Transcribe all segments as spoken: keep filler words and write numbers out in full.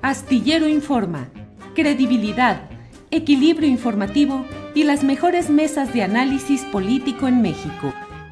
Astillero Informa, credibilidad, equilibrio informativo y las mejores mesas de análisis político en México.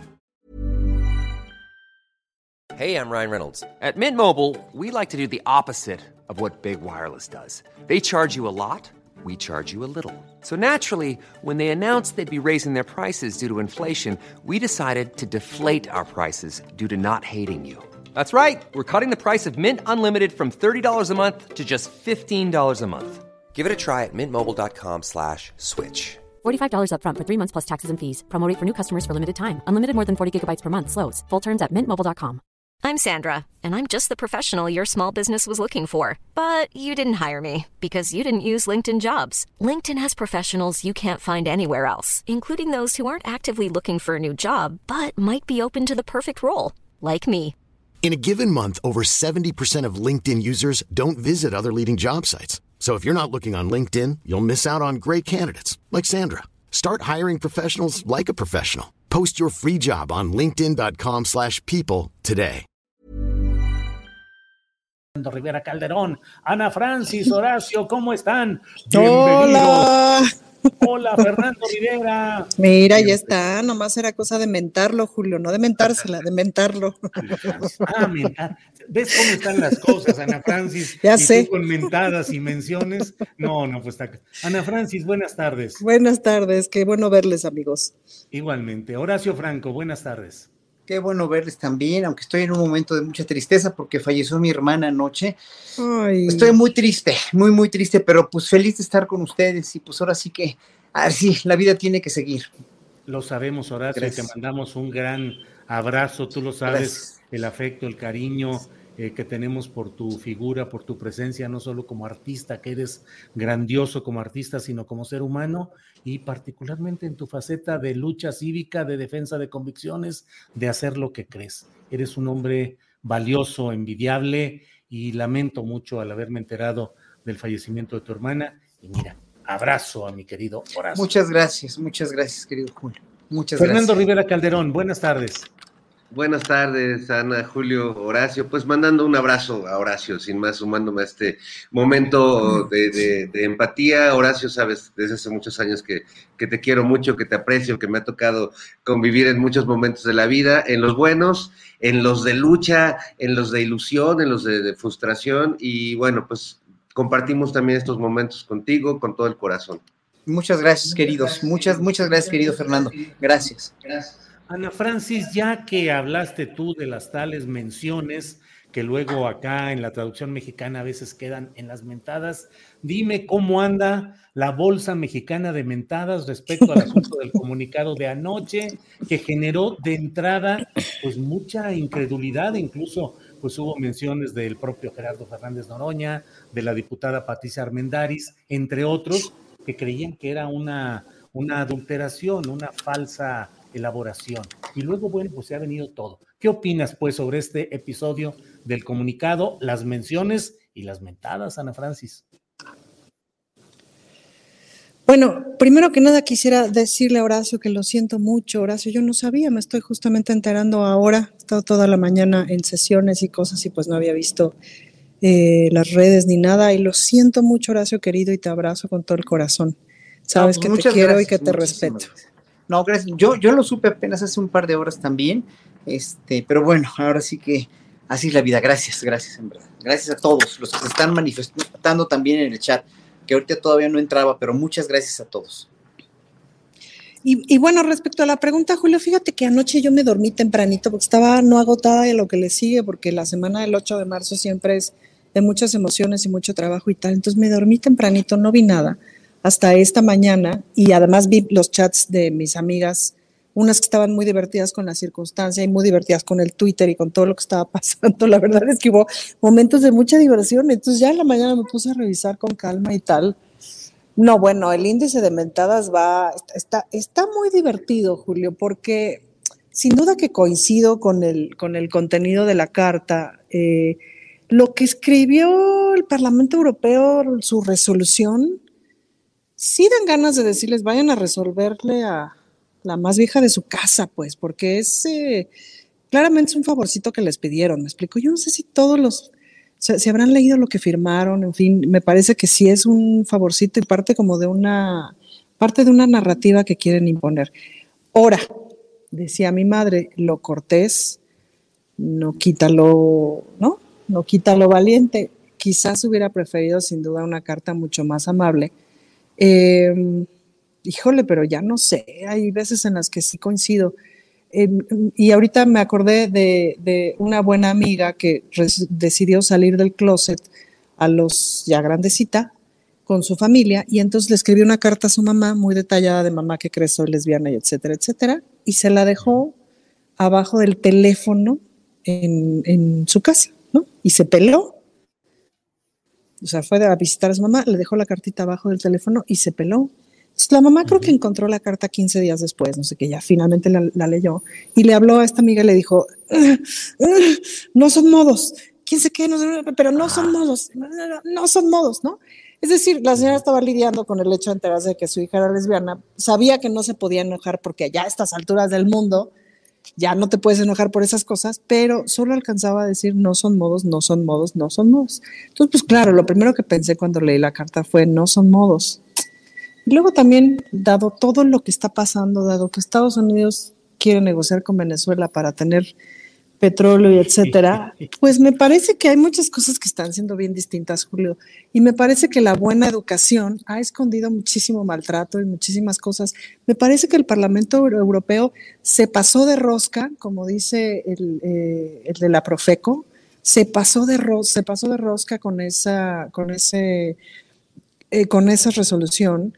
Hey, I'm Ryan Reynolds. At Mint Mobile, we like to do the opposite of what Big Wireless does. They charge you a lot, we charge you a little. So naturally, when they announced they'd be raising their prices due to inflation, we decided to deflate our prices due to not hating you. That's right. We're cutting the price of Mint Unlimited from thirty dollars a month to just fifteen dollars a month. Give it a try at mintmobile.com slash switch. forty-five dollars up front for three months plus taxes and fees. Promo rate for new customers for limited time. Unlimited more than forty gigabytes per month slows. Full terms at mint mobile dot com. I'm Sandra, and I'm just the professional your small business was looking for. But you didn't hire me because you didn't use LinkedIn Jobs. LinkedIn has professionals you can't find anywhere else, including those who aren't actively looking for a new job, but might be open to the perfect role, like me. In a given month, over seventy percent of LinkedIn users don't visit other leading job sites. So if you're not looking on LinkedIn, you'll miss out on great candidates like Sandra. Start hiring professionals like a professional. Post your free job on linkedin.com slash people today. Rivera Calderón, Ana Francis, Horacio, ¿cómo están? Hola. Hola, Fernando Rivera. Mira, ya está, nomás era cosa de mentarlo, Julio, no de mentársela, de mentarlo. Ah, mentar. ¿Ves cómo están las cosas, Ana Francis? Ya y sé. Tú con mentadas y menciones. No, no, pues está. Ana Francis, buenas tardes. Buenas tardes, qué bueno verles, amigos. Igualmente. Horacio Franco, buenas tardes. Qué bueno verles también, aunque estoy en un momento de mucha tristeza porque falleció mi hermana anoche. Ay. Estoy muy triste, muy, muy triste, pero pues feliz de estar con ustedes y pues ahora sí que, a ver, sí, la vida tiene que seguir. Lo sabemos, Horacio, Gracias. y te mandamos un gran abrazo, tú lo sabes, Gracias. el afecto, el cariño eh, que tenemos por tu figura, por tu presencia, no solo como artista, que eres grandioso como artista, sino como ser humano, y particularmente en tu faceta de lucha cívica, de defensa de convicciones, de hacer lo que crees. Eres un hombre valioso, envidiable, y lamento mucho al haberme enterado del fallecimiento de tu hermana. Y mira, abrazo a mi querido Horacio. Muchas gracias, muchas gracias, querido Julio. Muchas Fernando gracias. Rivera Calderón, buenas tardes. Buenas tardes, Ana, Julio, Horacio. Pues mandando un abrazo a Horacio, sin más, sumándome a este momento de, de, de empatía. Horacio, sabes, desde hace muchos años que, que te quiero mucho, que te aprecio, que me ha tocado convivir en muchos momentos de la vida, en los buenos, en los de lucha, en los de ilusión, en los de, de frustración. Y bueno, pues compartimos también estos momentos contigo, con todo el corazón. Muchas gracias, queridos. Muchas, muchas gracias, querido Fernando. Gracias. Gracias. Ana Francis, ya que hablaste tú de las tales menciones que luego acá en la traducción mexicana a veces quedan en las mentadas, dime cómo anda la bolsa mexicana de mentadas respecto al asunto del comunicado de anoche, que generó de entrada pues mucha incredulidad, incluso pues hubo menciones del propio Gerardo Fernández Noroña, de la diputada Patricia Armendáriz, entre otros, que creían que era una, una adulteración, una falsa elaboración. Y luego, bueno, pues se ha venido todo. ¿Qué opinas, pues, sobre este episodio del comunicado, las menciones y las mentadas, Ana Francis? Bueno, primero que nada quisiera decirle a Horacio que lo siento mucho. Horacio, yo no sabía, me estoy justamente enterando ahora. He estado toda la mañana en sesiones y cosas y pues no había visto eh, las redes ni nada. Y lo siento mucho, Horacio querido, y te abrazo con todo el corazón. Sabes No, que pues te muchas quiero gracias, y que te muchísimas respeto. gracias. No, gracias. Yo, yo lo supe apenas hace un par de horas también, este, pero bueno, ahora sí que así es la vida. Gracias, gracias, en verdad. Gracias a todos los que se están manifestando también en el chat, que ahorita todavía no entraba, pero muchas gracias a todos. Y, y bueno, respecto a la pregunta, Julio, fíjate que anoche yo me dormí tempranito porque estaba no agotada de lo que le sigue, porque la semana del ocho de marzo siempre es de muchas emociones y mucho trabajo y tal. Entonces me dormí tempranito, no vi nada hasta esta mañana, y además vi los chats de mis amigas, unas que estaban muy divertidas con la circunstancia y muy divertidas con el Twitter y con todo lo que estaba pasando. La verdad es que hubo momentos de mucha diversión, entonces ya en la mañana me puse a revisar con calma y tal. No, bueno, el índice de mentadas va, está, está muy divertido, Julio, porque sin duda que coincido con el, con el contenido de la carta. Eh, lo que escribió el Parlamento Europeo, su resolución, sí dan ganas de decirles, vayan a resolverle a la más vieja de su casa, pues, porque es, eh, claramente es un favorcito que les pidieron, ¿me explico? Yo no sé si todos los sea, si habrán leído lo que firmaron, en fin, me parece que sí es un favorcito y parte como de una, parte de una narrativa que quieren imponer. Ahora, decía mi madre, lo cortés no quita lo, ¿no? No quita lo valiente. Quizás hubiera preferido sin duda una carta mucho más amable. Eh, híjole, pero ya no sé, hay veces en las que sí coincido. Eh, y ahorita me acordé de, de una buena amiga que res, decidió salir del closet a los ya grandecita con su familia, y entonces le escribió una carta a su mamá muy detallada de mamá que crees soy lesbiana y etcétera, etcétera, y se la dejó abajo del teléfono en, en su casa, ¿no? Y se peló. O sea, fue a visitar a su mamá, le dejó la cartita abajo del teléfono y se peló. Entonces, la mamá creo que encontró la carta quince días después, no sé qué, ya finalmente la, la leyó, y le habló a esta amiga y le dijo, uh, uh, no son modos, quién sé qué, no, pero no son modos, no, no son modos, ¿no? Es decir, la señora estaba lidiando con el hecho de enterarse de que su hija era lesbiana, sabía que no se podía enojar porque ya a estas alturas del mundo ya no te puedes enojar por esas cosas, pero solo alcanzaba a decir no son modos, no son modos, no son modos. Entonces, pues claro, lo primero que pensé cuando leí la carta fue no son modos. Y luego también, dado todo lo que está pasando, dado que Estados Unidos quiere negociar con Venezuela para tener petróleo y etcétera, pues me parece que hay muchas cosas que están siendo bien distintas, Julio, y me parece que la buena educación ha escondido muchísimo maltrato y muchísimas cosas. Me parece que el Parlamento Europeo se pasó de rosca, como dice el, eh, el de la Profeco, se pasó de ro- se pasó de rosca con esa, con ese, eh, con esa resolución.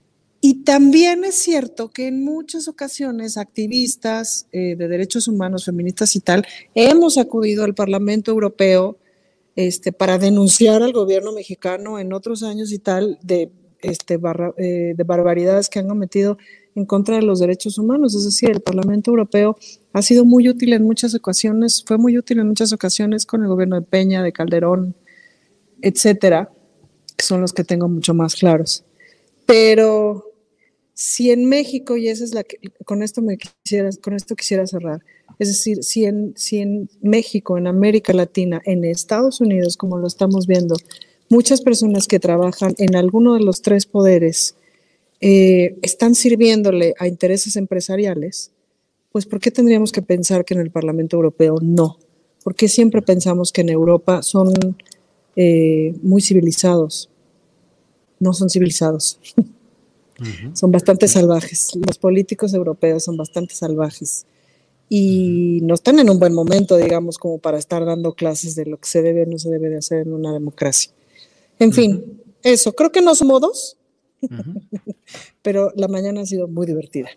Y también es cierto que en muchas ocasiones activistas eh, de derechos humanos, feministas y tal, hemos acudido al Parlamento Europeo este, para denunciar al gobierno mexicano en otros años y tal de, este, barra, eh, de barbaridades que han cometido en contra de los derechos humanos. Es decir, el Parlamento Europeo ha sido muy útil en muchas ocasiones, fue muy útil en muchas ocasiones con el gobierno de Peña, de Calderón, etcétera, que son los que tengo mucho más claros. Pero si en México, y esa es la que, con esto me quisiera, con esto quisiera cerrar, es decir, si en, si en México, en América Latina, en Estados Unidos, como lo estamos viendo, muchas personas que trabajan en alguno de los tres poderes eh, están sirviéndole a intereses empresariales, pues ¿por qué tendríamos que pensar que en el Parlamento Europeo no? ¿Por qué siempre pensamos que en Europa son eh, muy civilizados? No son civilizados. Uh-huh. Son bastante salvajes. Los políticos europeos son bastante salvajes y no están en un buen momento, digamos, como para estar dando clases de lo que se debe o no se debe de hacer en una democracia. En uh-huh. fin, eso. Creo que no son modos, uh-huh. pero la mañana ha sido muy divertida.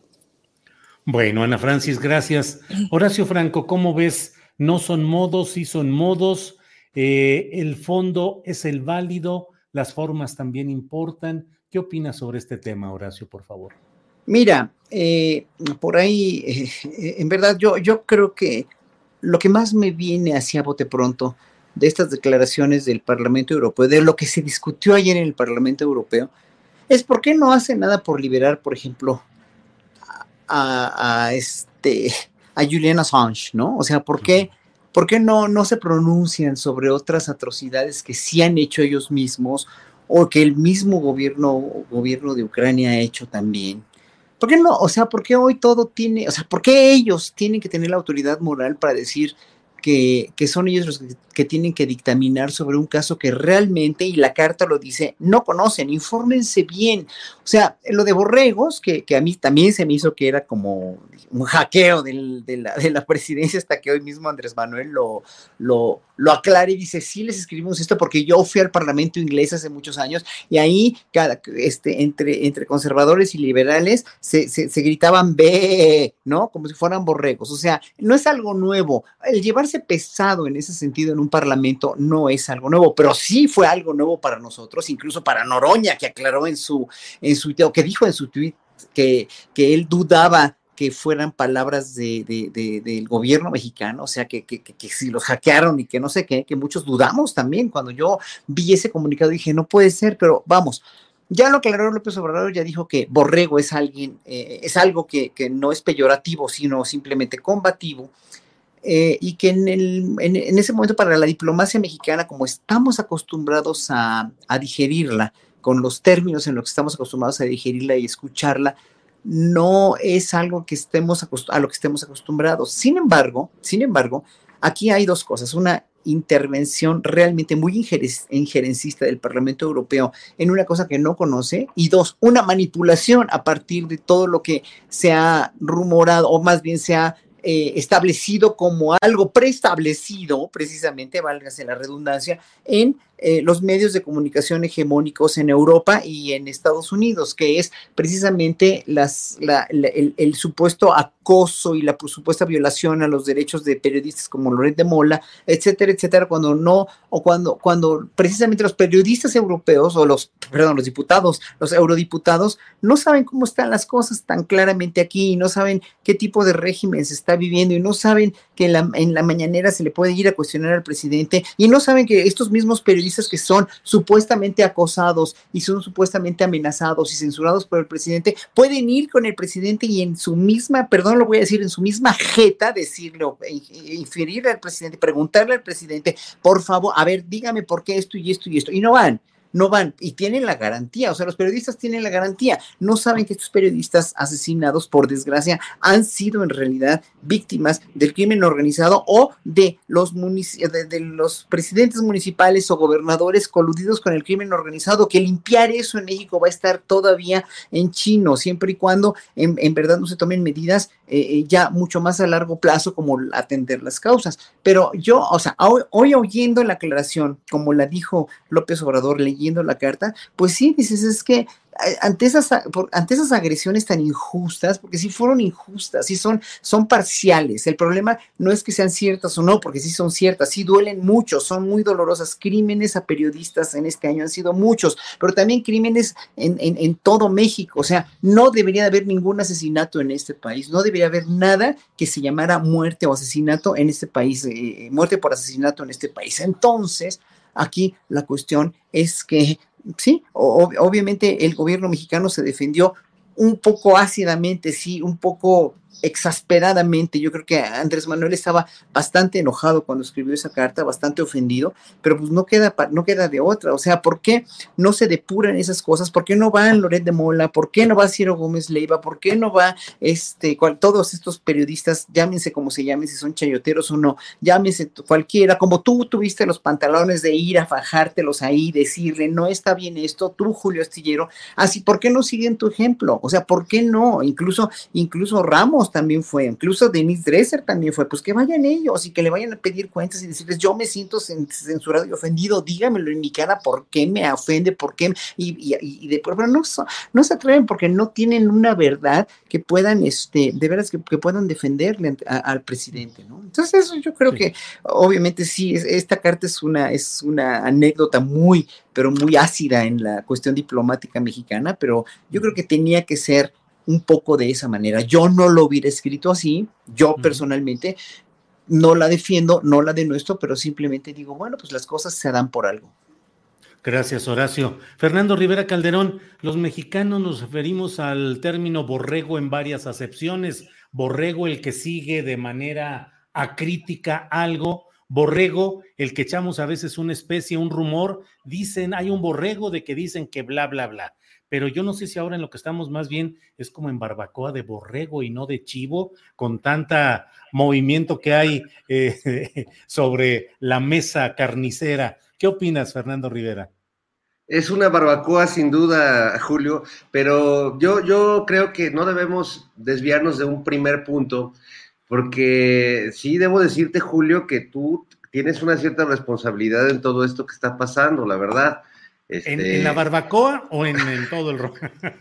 Bueno, Ana Francis, gracias. Horacio Franco, ¿cómo ves? No son modos, sí son modos. Eh, el fondo es el válido, las formas también importan. ¿Qué opinas sobre este tema, Horacio, por favor? Mira, eh, por ahí, eh, en verdad, yo, yo creo que lo que más me viene hacia bote pronto de estas declaraciones del Parlamento Europeo, de lo que se discutió ayer en el Parlamento Europeo, es por qué no hace nada por liberar, por ejemplo, a, a, a, este, a Julian Assange, ¿no? O sea, ¿por qué, por qué no, no se pronuncian sobre otras atrocidades que sí han hecho ellos mismos, o que el mismo gobierno, gobierno de Ucrania ha hecho también? ¿Por qué no? O sea, ¿por qué hoy todo tiene, o sea, por qué ellos tienen que tener la autoridad moral para decir que, que son ellos los que, que tienen que dictaminar sobre un caso que realmente, y la carta lo dice, no conocen? Infórmense bien. O sea, lo de Borregos, que, que a mí también se me hizo que era como un hackeo del, de, la, de la presidencia, hasta que hoy mismo Andrés Manuel lo, lo, lo aclara y dice, sí les escribimos esto porque yo fui al Parlamento inglés hace muchos años y ahí cada, este, entre, entre conservadores y liberales se, se, se gritaban ve, ¿no? Como si fueran borregos. O sea, no es algo nuevo. El llevarse pesado en ese sentido en un parlamento no es algo nuevo, pero sí fue algo nuevo para nosotros, incluso para Noroña, que aclaró en su, en su, o que dijo en su tweet que, que él dudaba que fueran palabras de, de, de, del gobierno mexicano, o sea, que, que, que, que si los hackearon y que no sé qué, que muchos dudamos también. Cuando yo vi ese comunicado dije, no puede ser, pero vamos, ya lo aclaró López Obrador, ya dijo que borrego es alguien, eh, es algo que, que no es peyorativo, sino simplemente combativo. eh, y que en, el, en, en ese momento para la diplomacia mexicana, como estamos acostumbrados a, a digerirla, con los términos en los que estamos acostumbrados a digerirla y escucharla, no es algo que estemos a lo que estemos acostumbrados. Sin embargo, sin embargo, aquí hay dos cosas. Una, intervención realmente muy injerencista del Parlamento Europeo en una cosa que no conoce, y dos, una manipulación a partir de todo lo que se ha rumorado, o más bien se ha eh, establecido como algo preestablecido, precisamente, válgase la redundancia, en eh, los medios de comunicación hegemónicos en Europa y en Estados Unidos, que es precisamente las, la, la, el, el supuesto acoso y la supuesta violación a los derechos de periodistas como Loret de Mola, etcétera, etcétera, cuando no, o cuando, cuando precisamente los periodistas europeos, o los, perdón, los diputados, los eurodiputados, no saben cómo están las cosas tan claramente aquí, y no saben qué tipo de régimen se está viviendo, y no saben que en la, en la mañanera se le puede ir a cuestionar al presidente, y no saben que estos mismos periodistas que son supuestamente acosados y son supuestamente amenazados y censurados por el presidente, pueden ir con el presidente y en su misma, perdón, lo voy a decir, en su misma jeta decirlo, inferirle al presidente, preguntarle al presidente, por favor, a ver, dígame por qué esto y esto y esto, y no van. No van, y tienen la garantía, o sea, los periodistas tienen la garantía, no saben que estos periodistas asesinados, por desgracia, han sido en realidad víctimas del crimen organizado o de los, munic- de, de los presidentes municipales o gobernadores coludidos con el crimen organizado, que limpiar eso en México va a estar todavía en chino, siempre y cuando en, en verdad no se tomen medidas eh, ya mucho más a largo plazo, como atender las causas. Pero yo, o sea, hoy, hoy oyendo la aclaración, como la dijo López Obrador, leyendo la carta, pues sí, dices, es que ante esas, ante esas agresiones tan injustas, porque sí fueron injustas, sí son, son parciales, el problema no es que sean ciertas o no, porque sí son ciertas, sí duelen mucho, son muy dolorosas. Crímenes a periodistas en este año han sido muchos, pero también crímenes en, en, en todo México. O sea, no debería haber ningún asesinato en este país, no debería haber nada que se llamara muerte o asesinato en este país, eh, muerte por asesinato en este país. Entonces, aquí la cuestión es que, sí, ob- obviamente el gobierno mexicano se defendió un poco ácidamente, sí, un poco exasperadamente. Yo creo que Andrés Manuel estaba bastante enojado cuando escribió esa carta, bastante ofendido, pero pues no queda, no queda de otra. O sea, ¿por qué no se depuran esas cosas? ¿Por qué no va Loret de Mola? ¿Por qué no va Ciro Gómez Leiva? ¿Por qué no va este, cual, todos estos periodistas, llámense como se llamen, si son chayoteros o no, llámense cualquiera, como tú tuviste los pantalones de ir a fajártelos ahí, decirle, no está bien esto, tú, Julio Astillero, así, ¿por qué no siguen tu ejemplo? O sea, ¿por qué no? Incluso, incluso Ramos también fue, incluso Denise Dresser también fue, pues que vayan ellos y que le vayan a pedir cuentas y decirles, yo me siento censurado y ofendido, dígamelo en mi cara, ¿por qué me ofende? ¿Por qué? Y, y, y de, pero no, no se atreven porque no tienen una verdad que puedan, este, de veras, que, que puedan defenderle a, al presidente, ¿no? Entonces eso yo creo sí. que, obviamente sí, es, esta carta es una, es una anécdota muy, pero muy ácida en la cuestión diplomática mexicana, pero yo creo que tenía que ser un poco de esa manera. Yo no lo hubiera escrito así, yo uh-huh. personalmente no la defiendo, no la denuestro, pero simplemente digo, bueno, pues las cosas se dan por algo. Gracias, Horacio. Fernando Rivera Calderón, los mexicanos nos referimos al término borrego en varias acepciones. Borrego, el que sigue de manera acrítica algo. Borrego, el que echamos a veces una especie, un rumor. Dicen, hay un borrego de que dicen que bla, bla, bla. Pero yo no sé si ahora en lo que estamos más bien es como en barbacoa de borrego y no de chivo, con tanta movimiento que hay eh, sobre la mesa carnicera. ¿Qué opinas, Fernando Rivera? Es una barbacoa sin duda, Julio, pero yo, yo creo que no debemos desviarnos de un primer punto, porque sí debo decirte, Julio, que tú tienes una cierta responsabilidad en todo esto que está pasando, la verdad. Este... ¿En, ¿En la barbacoa o en, en todo el rojo?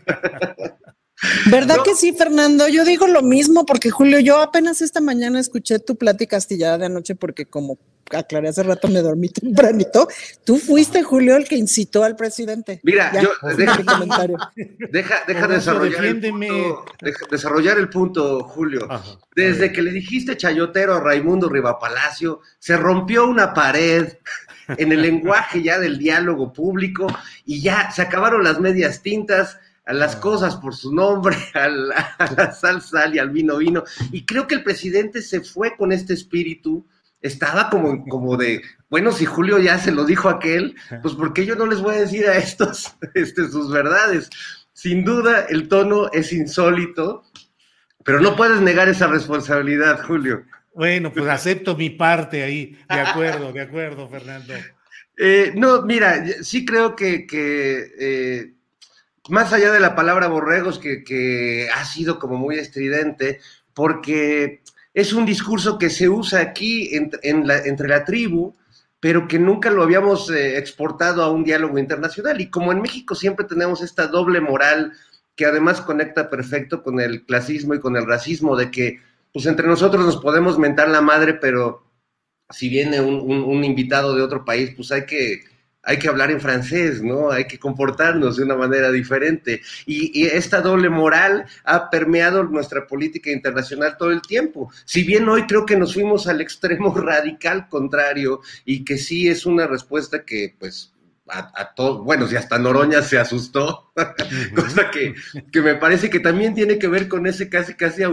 ¿Verdad no. que sí, Fernando? Yo digo lo mismo porque, Julio, yo apenas esta mañana escuché tu plática astillada de anoche porque como aclaré hace rato me dormí tempranito. Tú fuiste, Julio, el que incitó al presidente. Mira, ya, yo deja, comentario. deja, deja desarrollar, el punto, deja desarrollar el punto, Julio. Ajá, Desde que le dijiste chayotero a Raimundo Rivapalacio, se rompió una pared en el lenguaje ya del diálogo público y ya se acabaron las medias tintas. a las cosas por su nombre, a la, a la sal, sal y al vino, vino. Y creo que el presidente se fue con este espíritu, estaba como, como de, bueno, si Julio ya se lo dijo a aquel, pues ¿por qué yo no les voy a decir a estos este, sus verdades? Sin duda, el tono es insólito, pero no puedes negar esa responsabilidad, Julio. Bueno, pues acepto mi parte ahí, de acuerdo, de acuerdo, Fernando. Eh, no, mira, sí creo que, que eh, más allá de la palabra borregos, que, que ha sido como muy estridente, porque es un discurso que se usa aquí en, en la, entre la tribu, pero que nunca lo habíamos eh, exportado a un diálogo internacional. Y como en México siempre tenemos esta doble moral que además conecta perfecto con el clasismo y con el racismo, de que pues entre nosotros nos podemos mentar la madre, pero si viene un, un, un invitado de otro país, pues hay que, hay que hablar en francés, ¿no? Hay que comportarnos de una manera diferente. Y, y esta doble moral ha permeado nuestra política internacional todo el tiempo. Si bien hoy creo que nos fuimos al extremo radical contrario y que sí es una respuesta que, pues, a, a todos, bueno, si hasta Noroña se asustó, uh-huh. cosa que, que me parece que también tiene que ver con ese casi casi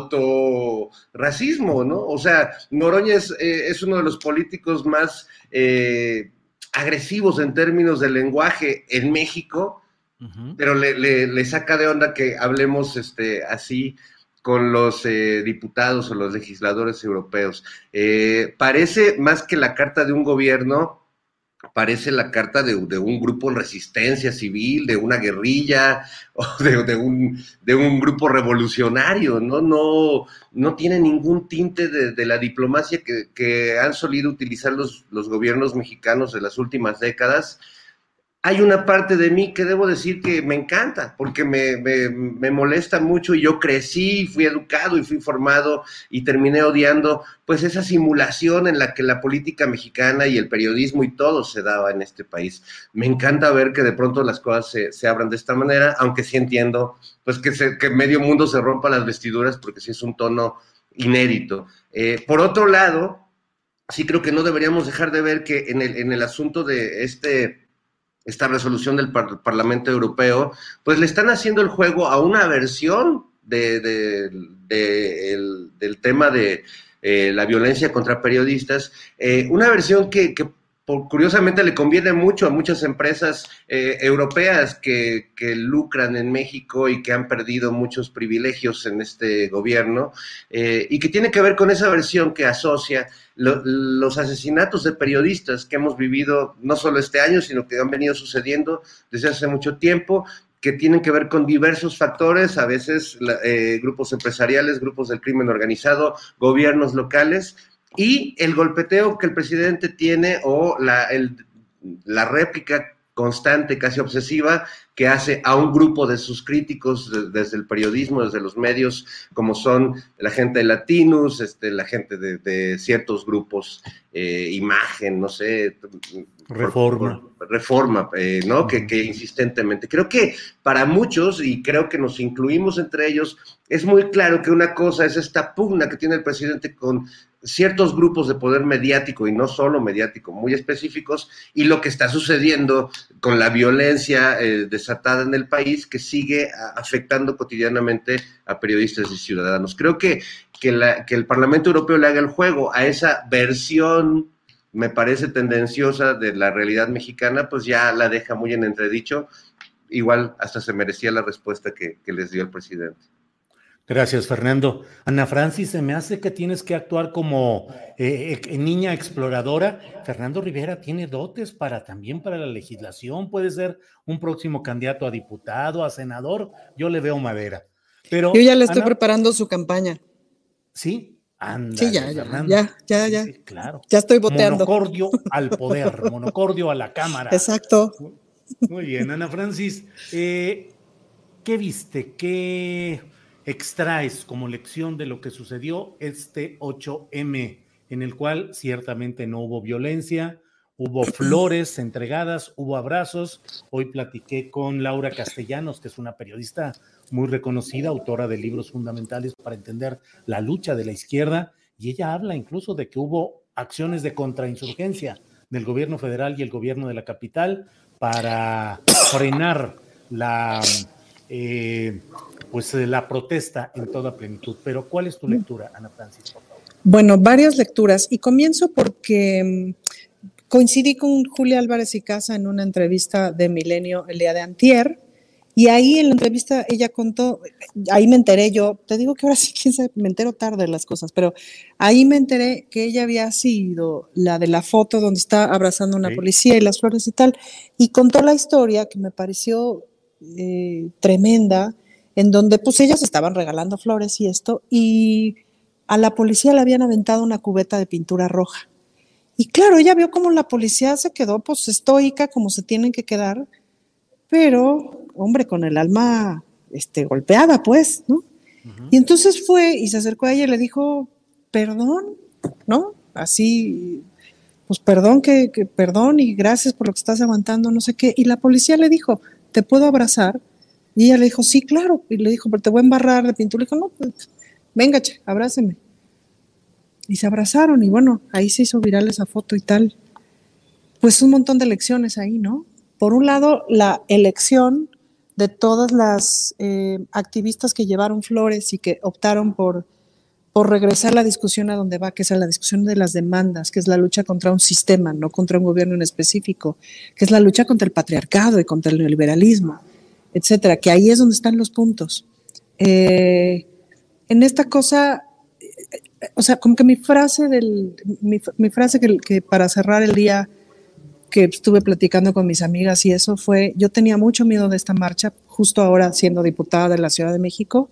autorracismo, ¿no? O sea, Noroña es, eh, es uno de los políticos más eh, agresivos en términos de lenguaje en México, uh-huh. pero le, le, le saca de onda que hablemos este, así con los eh, diputados o los legisladores europeos. Eh, parece más que la carta de un gobierno, parece la carta de, de un grupo en resistencia civil, de una guerrilla, o de, de, un, de un grupo revolucionario, ¿no? No, no tiene ningún tinte de, de la diplomacia que, que han solido utilizar los, los gobiernos mexicanos de las últimas décadas. Hay una parte de mí que debo decir que me encanta, porque me, me, me molesta mucho, y yo crecí, fui educado y fui formado y terminé odiando pues esa simulación en la que la política mexicana y el periodismo y todo se daba en este país. Me encanta ver que de pronto las cosas se, se abran de esta manera, aunque sí entiendo pues que, se, que medio mundo se rompa las vestiduras, porque sí es un tono inédito. Eh, por otro lado, sí creo que no deberíamos dejar de ver que en el, en el asunto de este... esta resolución del par- Parlamento Europeo, pues le están haciendo el juego a una versión de, de, de el, del tema de eh, la violencia contra periodistas, eh, una versión que, que por, curiosamente le conviene mucho a muchas empresas eh, europeas que, que lucran en México y que han perdido muchos privilegios en este gobierno, eh, y que tiene que ver con esa versión que asocia Lo, los asesinatos de periodistas que hemos vivido no solo este año, sino que han venido sucediendo desde hace mucho tiempo, que tienen que ver con diversos factores, a veces eh, grupos empresariales, grupos del crimen organizado, gobiernos locales, y el golpeteo que el presidente tiene, o la, el, la réplica constante, casi obsesiva, que hace a un grupo de sus críticos de, desde el periodismo, desde los medios, como son la gente de Latinos, este, la gente de, de ciertos grupos, eh, Imagen, no sé, Reforma, por, por, Reforma, eh, ¿no? Uh-huh. Que, que insistentemente. Creo que para muchos, y creo que nos incluimos entre ellos, es muy claro que una cosa es esta pugna que tiene el presidente con ciertos grupos de poder mediático, y no solo mediático, muy específicos, y lo que está sucediendo con la violencia eh, desatada en el país, que sigue a, afectando cotidianamente a periodistas y ciudadanos. Creo que, que, la, que el Parlamento Europeo le haga el juego a esa versión, me parece tendenciosa, de la realidad mexicana, pues ya la deja muy en entredicho. Igual hasta se merecía la respuesta que, que les dio el presidente. Gracias, Fernando. Ana Francis, se me hace que tienes que actuar como eh, eh, niña exploradora. Fernando Rivera tiene dotes para también para la legislación, puede ser un próximo candidato a diputado, a senador. Yo le veo madera. Pero yo ya le estoy Ana, preparando su campaña. Sí, anda. Sí, ya, ya, ya, ya, ya. Sí, sí, claro. Ya estoy boteando. Monocordio al poder, monocordio a la Cámara. Exacto. Muy bien, Ana Francis. Eh, ¿Qué viste? ¿Qué extraes como lección de lo que sucedió este ocho eme, en el cual ciertamente no hubo violencia, hubo flores entregadas, hubo abrazos? Hoy platiqué con Laura Castellanos, que es una periodista muy reconocida, autora de libros fundamentales para entender la lucha de la izquierda, y ella habla incluso de que hubo acciones de contrainsurgencia del gobierno federal y el gobierno de la capital para frenar la eh, pues la protesta en toda plenitud. Pero ¿cuál es tu lectura, Ana Francis, por favor? Bueno, varias lecturas y comienzo porque coincidí con Julia Álvarez y Casa en una entrevista de Milenio el día de antier. Y ahí en la entrevista ella contó, ahí me enteré yo, te digo que ahora sí quién sabe, me entero tarde de las cosas, pero ahí me enteré que ella había sido la de la foto donde está abrazando a una sí. policía y las flores y tal, y contó la historia que me pareció eh, tremenda, en donde pues ellas estaban regalando flores y esto, y a la policía le habían aventado una cubeta de pintura roja. Y claro, ella vio como la policía se quedó pues estoica, como se tienen que quedar, pero hombre, con el alma este, golpeada, pues, ¿no? Uh-huh. Y entonces fue y se acercó a ella y le dijo, perdón, ¿no? Así, pues perdón, que, que perdón y gracias por lo que estás aguantando, no sé qué. Y la policía le dijo, ¿te puedo abrazar? Y ella le dijo, sí, claro. Y le dijo, pero te voy a embarrar de pintura. Le dijo, no, pues, venga, che, abráceme. Y se abrazaron y bueno, ahí se hizo viral esa foto y tal. Pues un montón de lecciones ahí, ¿no? Por un lado, la elección de todas las eh, activistas que llevaron flores y que optaron por, por regresar la discusión a donde va, que es a la discusión de las demandas, que es la lucha contra un sistema, no contra un gobierno en específico, que es la lucha contra el patriarcado y contra el neoliberalismo, etcétera, que ahí es donde están los puntos. Eh, en esta cosa, eh, o sea, como que mi frase, del, mi, mi frase que, que para cerrar el día que estuve platicando con mis amigas y eso fue, yo tenía mucho miedo de esta marcha, justo ahora siendo diputada de la Ciudad de México,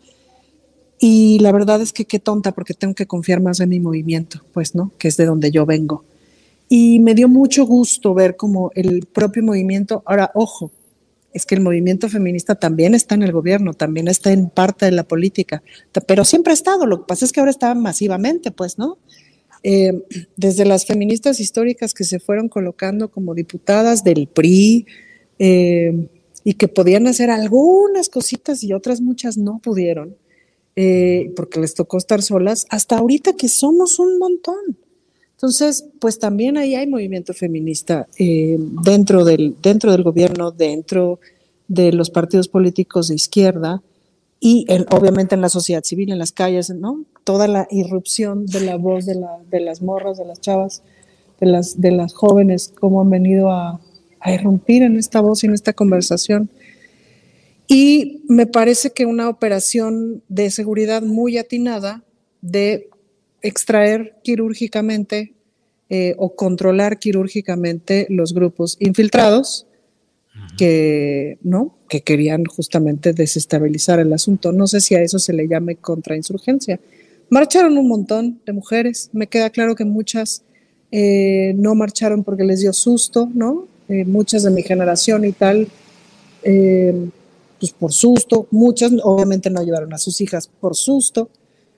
y la verdad es que qué tonta, porque tengo que confiar más en mi movimiento, pues, ¿no? Que es de donde yo vengo. Y me dio mucho gusto ver como el propio movimiento, ahora, ojo, es que el movimiento feminista también está en el gobierno, también está en parte de la política, pero siempre ha estado, lo que pasa es que ahora está masivamente, pues, ¿no? Eh, desde las feministas históricas que se fueron colocando como diputadas del P R I eh, y que podían hacer algunas cositas y otras muchas no pudieron eh, porque les tocó estar solas, hasta ahorita que somos un montón. Entonces, pues también ahí hay movimiento feminista eh, dentro del, dentro del gobierno, dentro de los partidos políticos de izquierda y en, obviamente en la sociedad civil, en las calles, ¿no? Toda la irrupción de la voz de, la, de las morras, de las chavas, de las, de las jóvenes, cómo han venido a, a irrumpir en esta voz y en esta conversación. Y me parece que una operación de seguridad muy atinada de extraer quirúrgicamente eh, o controlar quirúrgicamente los grupos infiltrados que, ¿no? que querían justamente desestabilizar el asunto. No sé si a eso se le llame contrainsurgencia. Marcharon un montón de mujeres. Me queda claro que muchas eh, no marcharon porque les dio susto, ¿no? Eh, muchas de mi generación y tal, eh, pues por susto. Muchas obviamente no llevaron a sus hijas por susto.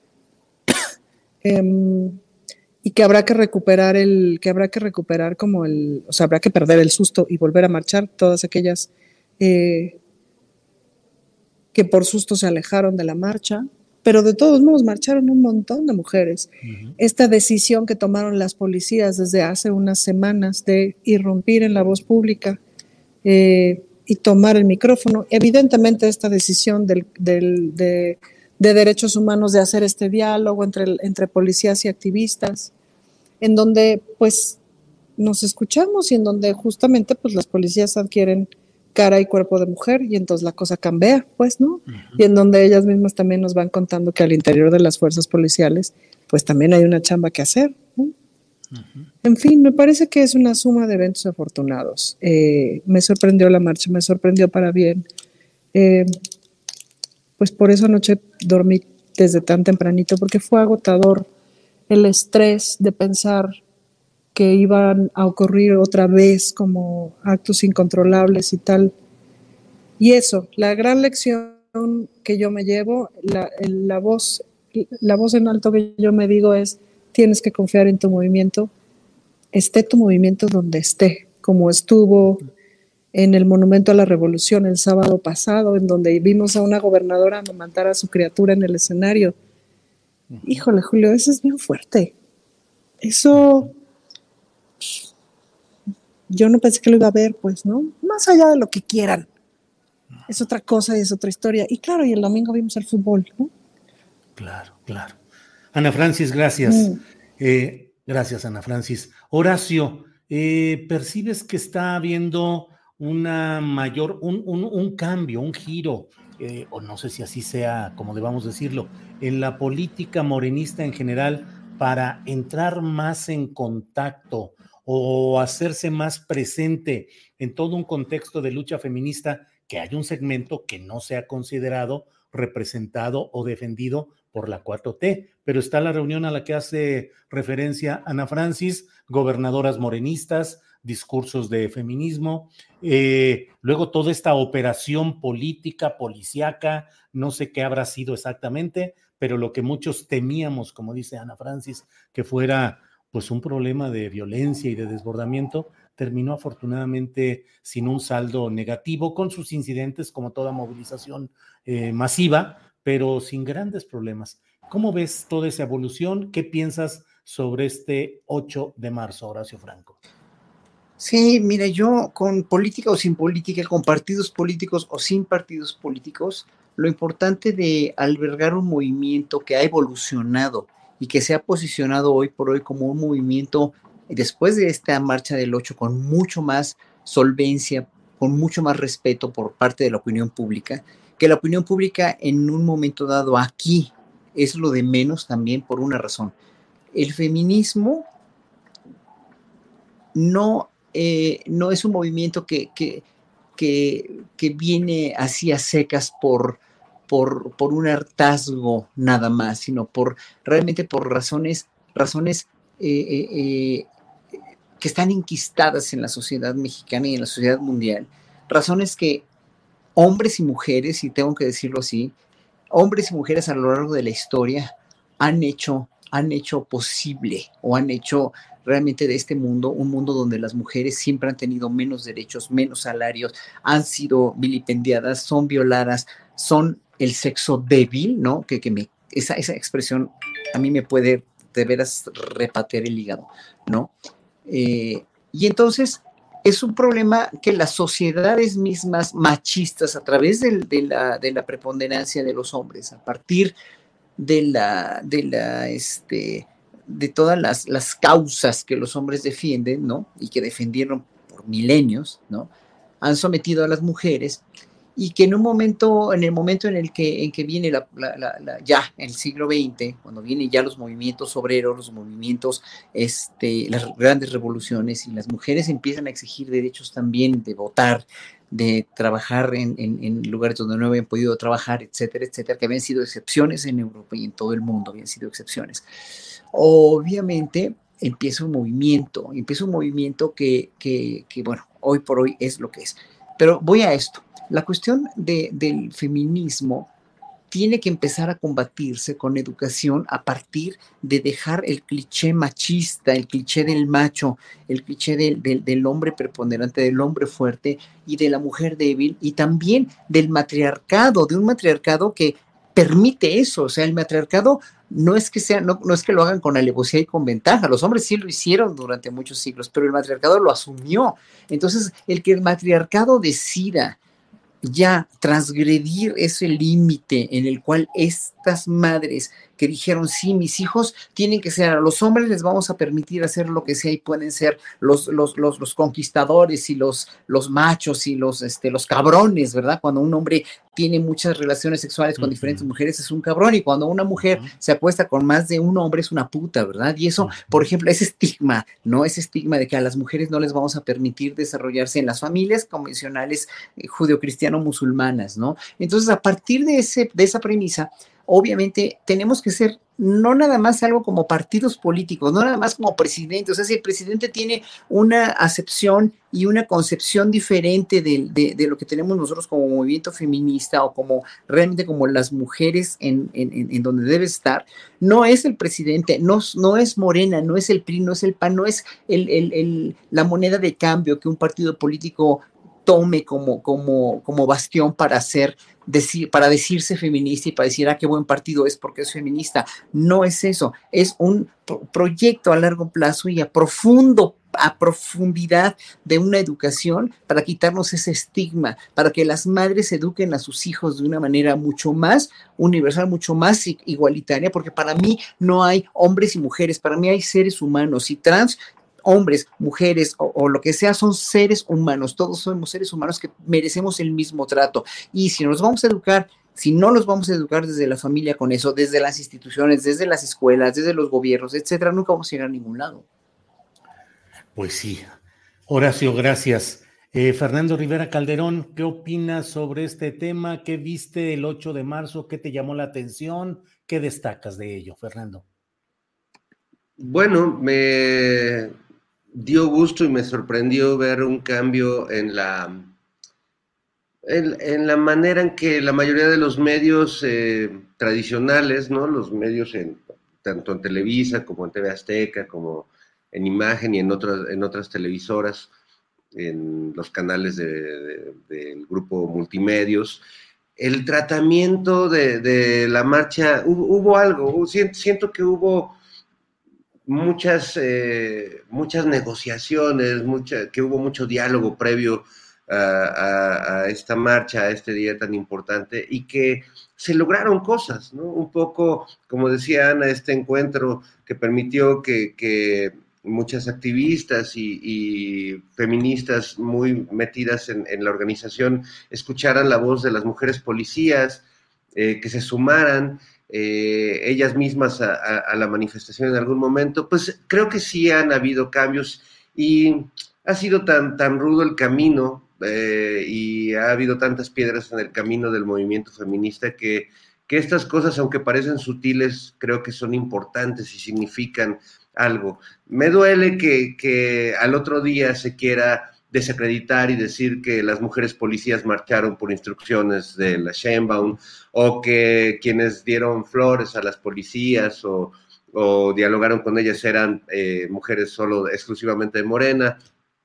eh, y que habrá que recuperar el, que habrá que recuperar como el, o sea, habrá que perder el susto y volver a marchar todas aquellas eh, que por susto se alejaron de la marcha, pero de todos modos marcharon un montón de mujeres. Uh-huh. Esta decisión que tomaron las policías desde hace unas semanas de irrumpir en la voz pública eh, y tomar el micrófono, evidentemente esta decisión del, del, de de derechos humanos de hacer este diálogo entre, entre policías y activistas, en donde pues nos escuchamos y en donde justamente pues las policías adquieren cara y cuerpo de mujer y entonces la cosa cambia, pues, ¿no? Uh-huh. Y en donde ellas mismas también nos van contando que al interior de las fuerzas policiales pues también hay una chamba que hacer, ¿no? Uh-huh. En fin, me parece que es una suma de eventos afortunados. Eh, me sorprendió la marcha, me sorprendió para bien. Eh, Pues por eso anoche dormí desde tan tempranito, porque fue agotador el estrés de pensar que iban a ocurrir otra vez como actos incontrolables y tal. Y eso, la gran lección que yo me llevo, la, la, voz, la voz en alto que yo me digo es, tienes que confiar en tu movimiento, esté tu movimiento donde esté, como estuvo en el Monumento a la Revolución el sábado pasado, en donde vimos a una gobernadora amamantar a su criatura en el escenario. Uh-huh. Híjole, Julio, eso es bien fuerte. Eso, yo no pensé que lo iba a ver, pues, ¿no? Más allá de lo que quieran. es otra cosa y es otra historia. Y claro, y el domingo vimos el fútbol, ¿no? Claro, claro. Ana Francis, gracias. Mm. Eh, gracias, Ana Francis. Horacio, eh, ¿percibes que está habiendo una mayor, un, un, un cambio, un giro, eh, o no sé si así sea, como debamos decirlo, en la política morenista en general para entrar más en contacto o hacerse más presente en todo un contexto de lucha feminista, que hay un segmento que no se ha considerado representado o defendido por la cuatro T, pero está la reunión a la que hace referencia Ana Francis, gobernadoras morenistas, discursos de feminismo, eh, luego toda esta operación política, policíaca, no sé qué habrá sido exactamente, pero lo que muchos temíamos, como dice Ana Francis, que fuera pues un problema de violencia y de desbordamiento, terminó afortunadamente sin un saldo negativo, con sus incidentes como toda movilización eh, masiva, pero sin grandes problemas. ¿Cómo ves toda esa evolución? ¿Qué piensas sobre este ocho de marzo, Horacio Franco? Sí, mira, yo con política o sin política, con partidos políticos o sin partidos políticos, lo importante de albergar un movimiento que ha evolucionado y que se ha posicionado hoy por hoy como un movimiento, después de esta marcha del ocho, con mucho más solvencia, con mucho más respeto por parte de la opinión pública, que la opinión pública en un momento dado aquí es lo de menos también por una razón. El feminismo no, eh, no es un movimiento que, que, que, que viene así a secas por, por, por un hartazgo nada más, sino por realmente por razones, razones eh, eh, eh, que están enquistadas en la sociedad mexicana y en la sociedad mundial, razones que hombres y mujeres, y tengo que decirlo así, hombres y mujeres a lo largo de la historia han hecho, han hecho posible o han hecho realmente de este mundo un mundo donde las mujeres siempre han tenido menos derechos, menos salarios, han sido vilipendiadas, son violadas, son el sexo débil, ¿no? Que, que me, esa, esa expresión a mí me puede de veras repatear el hígado, ¿no? Eh, y entonces es un problema que las sociedades mismas machistas, a través de, de, la, de la preponderancia de los hombres, a partir de la, de la, este, de todas las, las causas que los hombres defienden, ¿no? Y que defendieron por milenios, ¿no? Han sometido a las mujeres, y que en un momento, en el momento en el que, en que viene la, la, la, la, ya el siglo veinte, cuando vienen ya los movimientos obreros, los movimientos, este, las grandes revoluciones, y las mujeres empiezan a exigir derechos también de votar, de trabajar en, en, en lugares donde no habían podido trabajar, etcétera, etcétera, que habían sido excepciones en Europa y en todo el mundo habían sido excepciones. Obviamente empieza un movimiento, empieza un movimiento que, que, que bueno, hoy por hoy es lo que es. Pero voy a esto. La cuestión de, del feminismo tiene que empezar a combatirse con educación a partir de dejar el cliché machista, el cliché del macho, el cliché del, del, del hombre preponderante, del hombre fuerte y de la mujer débil, y también del matriarcado, de un matriarcado que permite eso. O sea, el matriarcado no es que sea, no, no es que lo hagan con alevosía y con ventaja. Los hombres sí lo hicieron durante muchos siglos, pero el matriarcado lo asumió. Entonces, el que el matriarcado decida ya transgredir ese límite en el cual estas madres que dijeron, sí, mis hijos tienen que ser, a los hombres les vamos a permitir hacer lo que sea y pueden ser los, los, los, los conquistadores y los, los machos y los, este, los cabrones, ¿verdad? Cuando un hombre tiene muchas relaciones sexuales con uh-huh. diferentes mujeres es un cabrón, y cuando una mujer uh-huh. se acuesta con más de un hombre es una puta, ¿verdad? Y eso, uh-huh. por ejemplo, ese estigma, ¿no? Ese estigma de que a las mujeres no les vamos a permitir desarrollarse en las familias convencionales eh, judeocristiano-musulmanas, ¿no? Entonces, a partir de, ese, de esa premisa, obviamente tenemos que ser no nada más algo como partidos políticos, no nada más como presidente. O sea, si el presidente tiene una acepción y una concepción diferente de, de, de lo que tenemos nosotros como movimiento feminista, o como realmente como las mujeres en, en, en donde debe estar, no es el presidente, no, no es Morena, no es el P R I, no es el P A N, no es el, el, el, la moneda de cambio que un partido político tome como, como, como bastión para hacer decir, para decirse feminista y para decir, ah, qué buen partido es porque es feminista. No es eso, es un pro- proyecto a largo plazo y a profundo a profundidad de una educación para quitarnos ese estigma, para que las madres eduquen a sus hijos de una manera mucho más universal, mucho más igualitaria, porque para mí no hay hombres y mujeres, para mí hay seres humanos y trans, hombres, mujeres o, o lo que sea, son seres humanos, todos somos seres humanos que merecemos el mismo trato. Y si nos vamos a educar, si no los vamos a educar desde la familia con eso, desde las instituciones, desde las escuelas, desde los gobiernos, etcétera, nunca vamos a llegar a ningún lado. Pues sí. Horacio, gracias. Eh, Fernando Rivera Calderón, ¿qué opinas sobre este tema? ¿Qué viste el ocho de marzo? ¿Qué te llamó la atención? ¿Qué destacas de ello, Fernando? Bueno, me dio gusto y me sorprendió ver un cambio en la, en, en la manera en que la mayoría de los medios eh, tradicionales, ¿no? Los medios en, tanto en Televisa como en T V Azteca, como en Imagen y en otras, en otras televisoras, en los canales de, de, del grupo Multimedios, el tratamiento de, de la marcha, hubo, hubo algo, siento, siento que hubo muchas, eh, muchas negociaciones, mucha, que hubo mucho diálogo previo a, a, a esta marcha, a este día tan importante, y que se lograron cosas, ¿no? Un poco, como decía Ana, este encuentro que permitió que, que muchas activistas y, y feministas muy metidas en, en la organización escucharan la voz de las mujeres policías, eh, que se sumaran eh, ellas mismas a, a, a la manifestación en algún momento. Pues creo que sí han habido cambios y ha sido tan, tan rudo el camino eh, y ha habido tantas piedras en el camino del movimiento feminista que, que estas cosas, aunque parecen sutiles, creo que son importantes y significan algo. Me duele que, que al otro día se quiera desacreditar y decir que las mujeres policías marcharon por instrucciones de la Sheinbaum, o que quienes dieron flores a las policías o, o dialogaron con ellas eran eh, mujeres solo exclusivamente de Morena.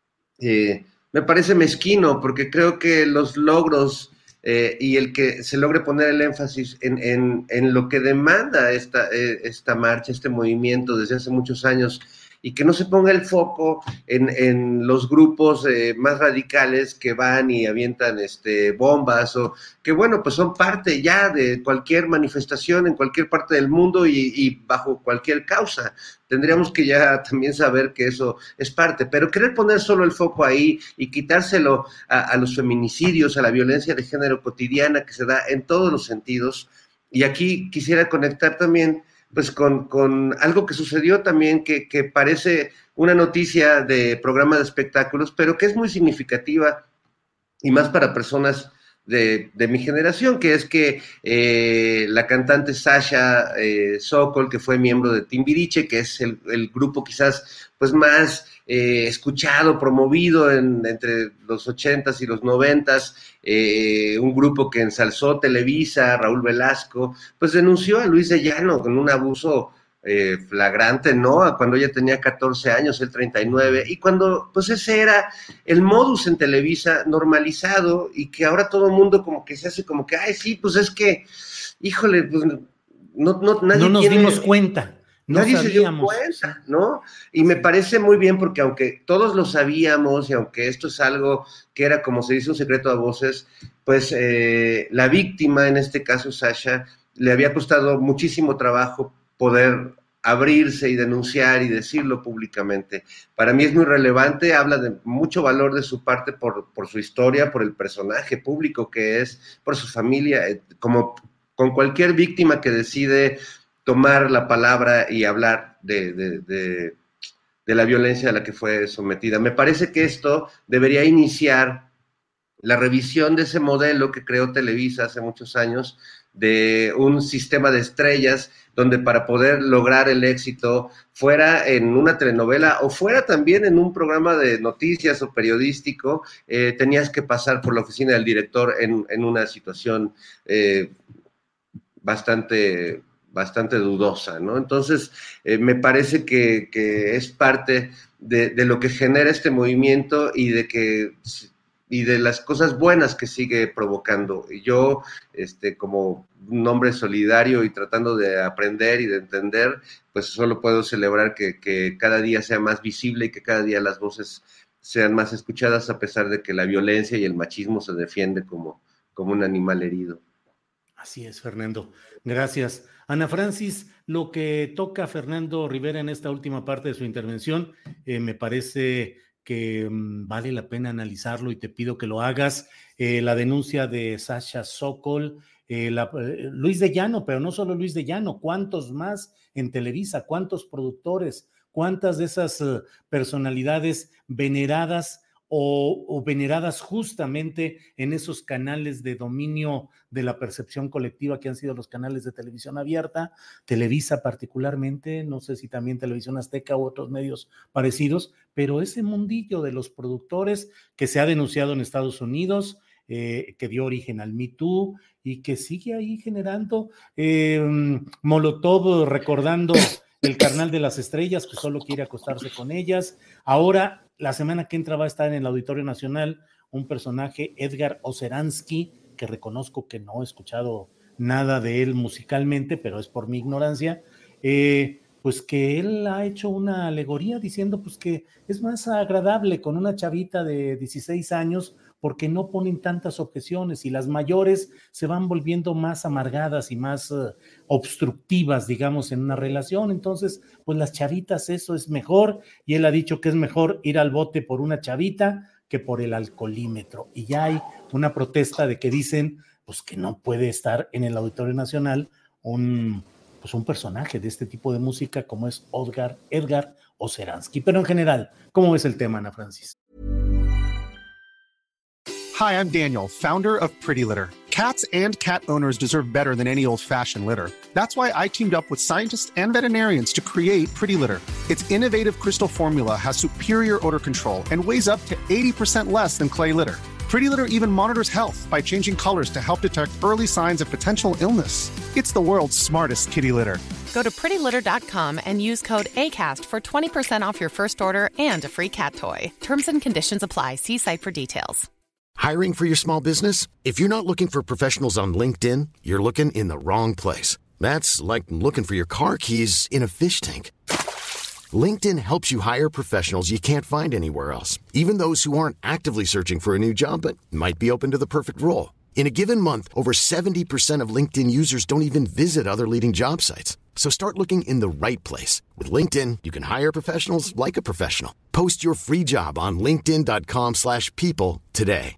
Eh, me parece mezquino, porque creo que los logros Eh, y el que se logre poner el énfasis en, en, en lo que demanda esta, eh, esta marcha, este movimiento desde hace muchos años, y que no se ponga el foco en, en los grupos eh, más radicales que van y avientan este, bombas, o que bueno, pues son parte ya de cualquier manifestación en cualquier parte del mundo y, y bajo cualquier causa. Tendríamos que ya también saber que eso es parte, pero querer poner solo el foco ahí y quitárselo a, a los feminicidios, a la violencia de género cotidiana que se da en todos los sentidos. Y aquí quisiera conectar también pues con, con algo que sucedió también, que, que parece una noticia de programa de espectáculos, pero que es muy significativa y más para personas de, de mi generación, que es que eh, la cantante Sasha eh, Sokol, que fue miembro de Timbiriche, que es el, el grupo quizás pues más eh, escuchado, promovido en, entre los ochentas y los noventas, eh, un grupo que ensalzó Televisa, Raúl Velasco, pues denunció a Luis de Llano con un abuso eh, flagrante, ¿no? Cuando ella tenía catorce años, él treinta y nueve, y cuando, pues ese era el modus en Televisa normalizado, y que ahora todo el mundo como que se hace como que, ay, sí, pues es que, híjole, pues no, no, nadie no nos tiene, dimos cuenta. No nadie sabíamos. se dio cuenta, ¿no? Y me parece muy bien, porque aunque todos lo sabíamos y aunque esto es algo que era, como se dice, un secreto a voces, pues eh, la víctima, en este caso Sasha, le había costado muchísimo trabajo poder abrirse y denunciar y decirlo públicamente. Para mí es muy relevante, habla de mucho valor de su parte por, por su historia, por el personaje público que es, por su familia, como con cualquier víctima que decide tomar la palabra y hablar de, de, de, de la violencia a la que fue sometida. Me parece que esto debería iniciar la revisión de ese modelo que creó Televisa hace muchos años, de un sistema de estrellas, donde para poder lograr el éxito, fuera en una telenovela o fuera también en un programa de noticias o periodístico, eh, tenías que pasar por la oficina del director en, en una situación eh, bastante... bastante dudosa, ¿no? Entonces, eh, me parece que, que es parte de, de lo que genera este movimiento, y de que y de las cosas buenas que sigue provocando. Y yo, este, como un hombre solidario y tratando de aprender y de entender, pues solo puedo celebrar que, que cada día sea más visible y que cada día las voces sean más escuchadas, a pesar de que la violencia y el machismo se defiende como, como un animal herido. Así es, Fernando. Gracias. Ana Francis, lo que toca a Fernando Rivera en esta última parte de su intervención, eh, me parece que um, vale la pena analizarlo y te pido que lo hagas. Eh, la denuncia de Sasha Sokol, eh, la, eh, Luis de Llano, pero no solo Luis de Llano, ¿cuántos más en Televisa? ¿Cuántos productores? ¿Cuántas de esas uh, personalidades veneradas o, o veneradas justamente en esos canales de dominio de la percepción colectiva que han sido los canales de televisión abierta, Televisa particularmente, no sé si también Televisión Azteca u otros medios parecidos, pero ese mundillo de los productores que se ha denunciado en Estados Unidos, eh, que dio origen al Me Too y que sigue ahí generando eh, Molotov recordando el carnal de las estrellas que solo quiere acostarse con ellas. Ahora, la semana que entra va a estar en el Auditorio Nacional un personaje, Edgar Oceransky, que reconozco que no he escuchado nada de él musicalmente, pero es por mi ignorancia, eh, pues que él ha hecho una alegoría diciendo pues que es más agradable con una chavita de dieciséis años porque no ponen tantas objeciones y las mayores se van volviendo más amargadas y más uh, obstructivas, digamos, en una relación. Entonces, pues las chavitas, eso es mejor, y él ha dicho que es mejor ir al bote por una chavita que por el alcoholímetro. Y ya hay una protesta de que dicen pues que no puede estar en el Auditorio Nacional un, pues, un personaje de este tipo de música como es Edgar, Edgar Oceransky. Pero en general, ¿cómo ves el tema, Ana Francis? Hi, I'm Daniel, founder of Pretty Litter. Cats and cat owners deserve better than any old-fashioned litter. That's why I teamed up with scientists and veterinarians to create Pretty Litter. Its innovative crystal formula has superior odor control and weighs up to eighty percent less than clay litter. Pretty Litter even monitors health by changing colors to help detect early signs of potential illness. It's the world's smartest kitty litter. Go to pretty litter dot com and use code ACAST for twenty percent off your first order and a free cat toy. Terms and conditions apply. See site for details. Hiring for your small business? If you're not looking for professionals on LinkedIn, you're looking in the wrong place. That's like looking for your car keys in a fish tank. LinkedIn helps you hire professionals you can't find anywhere else, even those who aren't actively searching for a new job but might be open to the perfect role. In a given month, over seventy percent of LinkedIn users don't even visit other leading job sites. So start looking in the right place. With LinkedIn, you can hire professionals like a professional. Post your free job on linkedin dot com slash people today.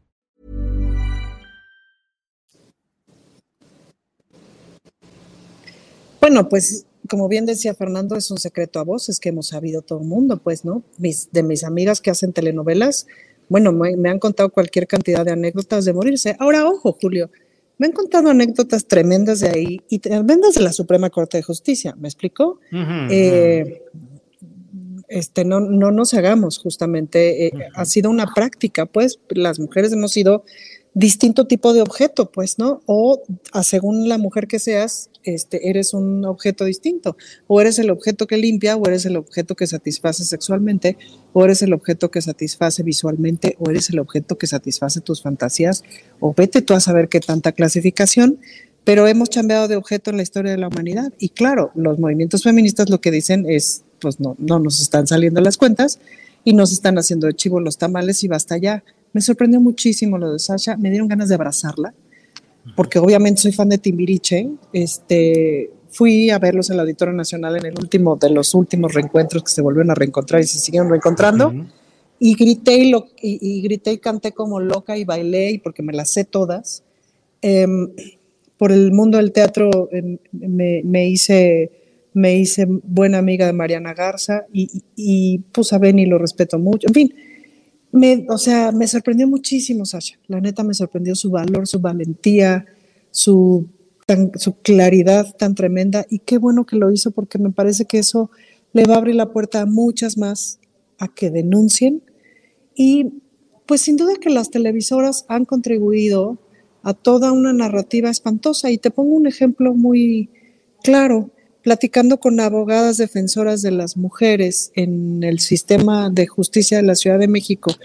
Bueno, pues como bien decía Fernando, es un secreto a voces que hemos sabido todo el mundo, pues, ¿no? Mis, de mis amigas que hacen telenovelas, bueno, me, me han contado cualquier cantidad de anécdotas de morirse. Ahora, ojo, Julio, me han contado anécdotas tremendas de ahí y tremendas de la Suprema Corte de Justicia, ¿me explico? Uh-huh. Eh, este, no, no nos hagamos, justamente, eh, uh-huh. Ha sido una práctica, pues, las mujeres hemos sido distinto tipo de objeto, pues, ¿no? O a según la mujer que seas, este, eres un objeto distinto, o eres el objeto que limpia, o eres el objeto que satisface sexualmente, o eres el objeto que satisface visualmente, o eres el objeto que satisface tus fantasías, o vete tú a saber qué tanta clasificación, pero hemos cambiado de objeto en la historia de la humanidad, y claro, los movimientos feministas lo que dicen es, pues no, no nos están saliendo las cuentas, y nos están haciendo de chivo los tamales y basta ya. Me sorprendió muchísimo lo de Sasha, me dieron ganas de abrazarla, porque obviamente soy fan de Timbiriche. Este, fui a verlos en el Auditorio Nacional en el último de los últimos reencuentros que se volvieron a reencontrar y se siguieron reencontrando, uh-huh. y grité y, lo, y, y grité y canté como loca y bailé, y porque me las sé todas. Eh, por el mundo del teatro eh, me, me hice... me hice buena amiga de Mariana Garza y, y, y pues a Benny lo respeto mucho, en fin, me, o sea, me sorprendió muchísimo Sasha, la neta me sorprendió su valor, su valentía, su, tan, su claridad tan tremenda, y qué bueno que lo hizo, porque me parece que eso le va a abrir la puerta a muchas más a que denuncien, y pues sin duda que las televisoras han contribuido a toda una narrativa espantosa, y te pongo un ejemplo muy claro. Platicando con abogadas defensoras de las mujeres en el sistema de justicia de la Ciudad de México,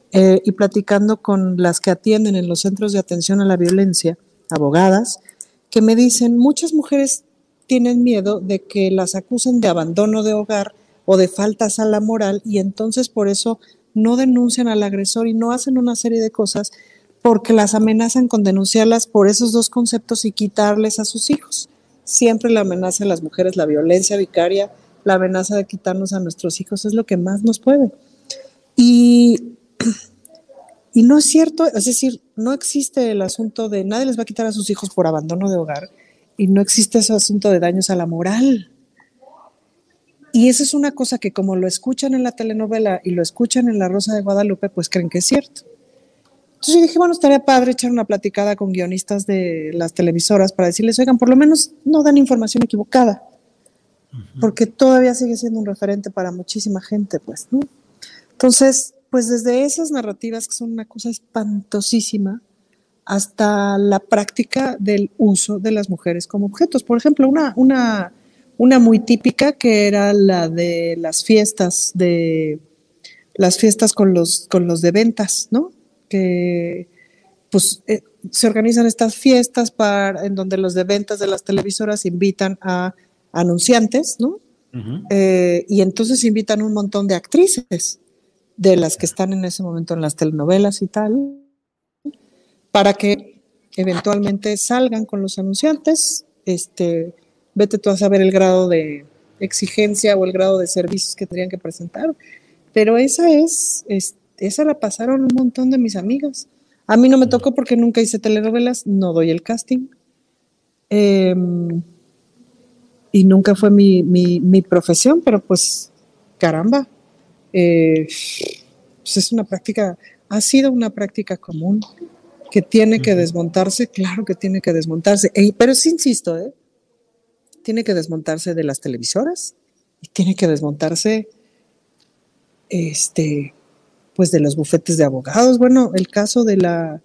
eh, y platicando con las que atienden en los centros de atención a la violencia, abogadas, que me dicen, muchas mujeres tienen miedo de que las acusen de abandono de hogar o de faltas a la moral, y entonces por eso no denuncian al agresor y no hacen una serie de cosas porque las amenazan con denunciarlas por esos dos conceptos y quitarles a sus hijos. Siempre la amenaza de las mujeres, la violencia vicaria, la amenaza de quitarnos a nuestros hijos es lo que más nos puede. Y, y no es cierto, es decir, no existe el asunto de nadie les va a quitar a sus hijos por abandono de hogar, y no existe ese asunto de daños a la moral. Y eso es una cosa que como lo escuchan en la telenovela y lo escuchan en La Rosa de Guadalupe, pues creen que es cierto. Entonces yo dije, bueno, estaría padre echar una platicada con guionistas de las televisoras para decirles, oigan, por lo menos no dan información equivocada, uh-huh. porque todavía sigue siendo un referente para muchísima gente, pues, ¿no? Entonces, pues desde esas narrativas que son una cosa espantosísima, hasta la práctica del uso de las mujeres como objetos. Por ejemplo, una, una, una muy típica que era la de las fiestas, de las fiestas con los, con los de ventas, ¿no? Que pues eh, se organizan estas fiestas para, en donde los de ventas de las televisoras invitan a anunciantes, ¿no? Uh-huh. Eh, y entonces invitan un montón de actrices de las que están en ese momento en las telenovelas y tal, para que eventualmente salgan con los anunciantes. Este, vete tú a saber el grado de exigencia o el grado de servicios que tendrían que presentar, pero esa es, es esa la pasaron un montón de mis amigas. A mí no me tocó porque nunca hice telenovelas, no doy el casting. Eh, y nunca fue mi, mi, mi profesión, pero pues, caramba. Eh, pues es una práctica, ha sido una práctica común que tiene que desmontarse, claro que tiene que desmontarse. Eh, pero sí insisto, ¿eh? Tiene que desmontarse de las televisoras y tiene que desmontarse este... pues de los bufetes de abogados. Bueno, el caso de la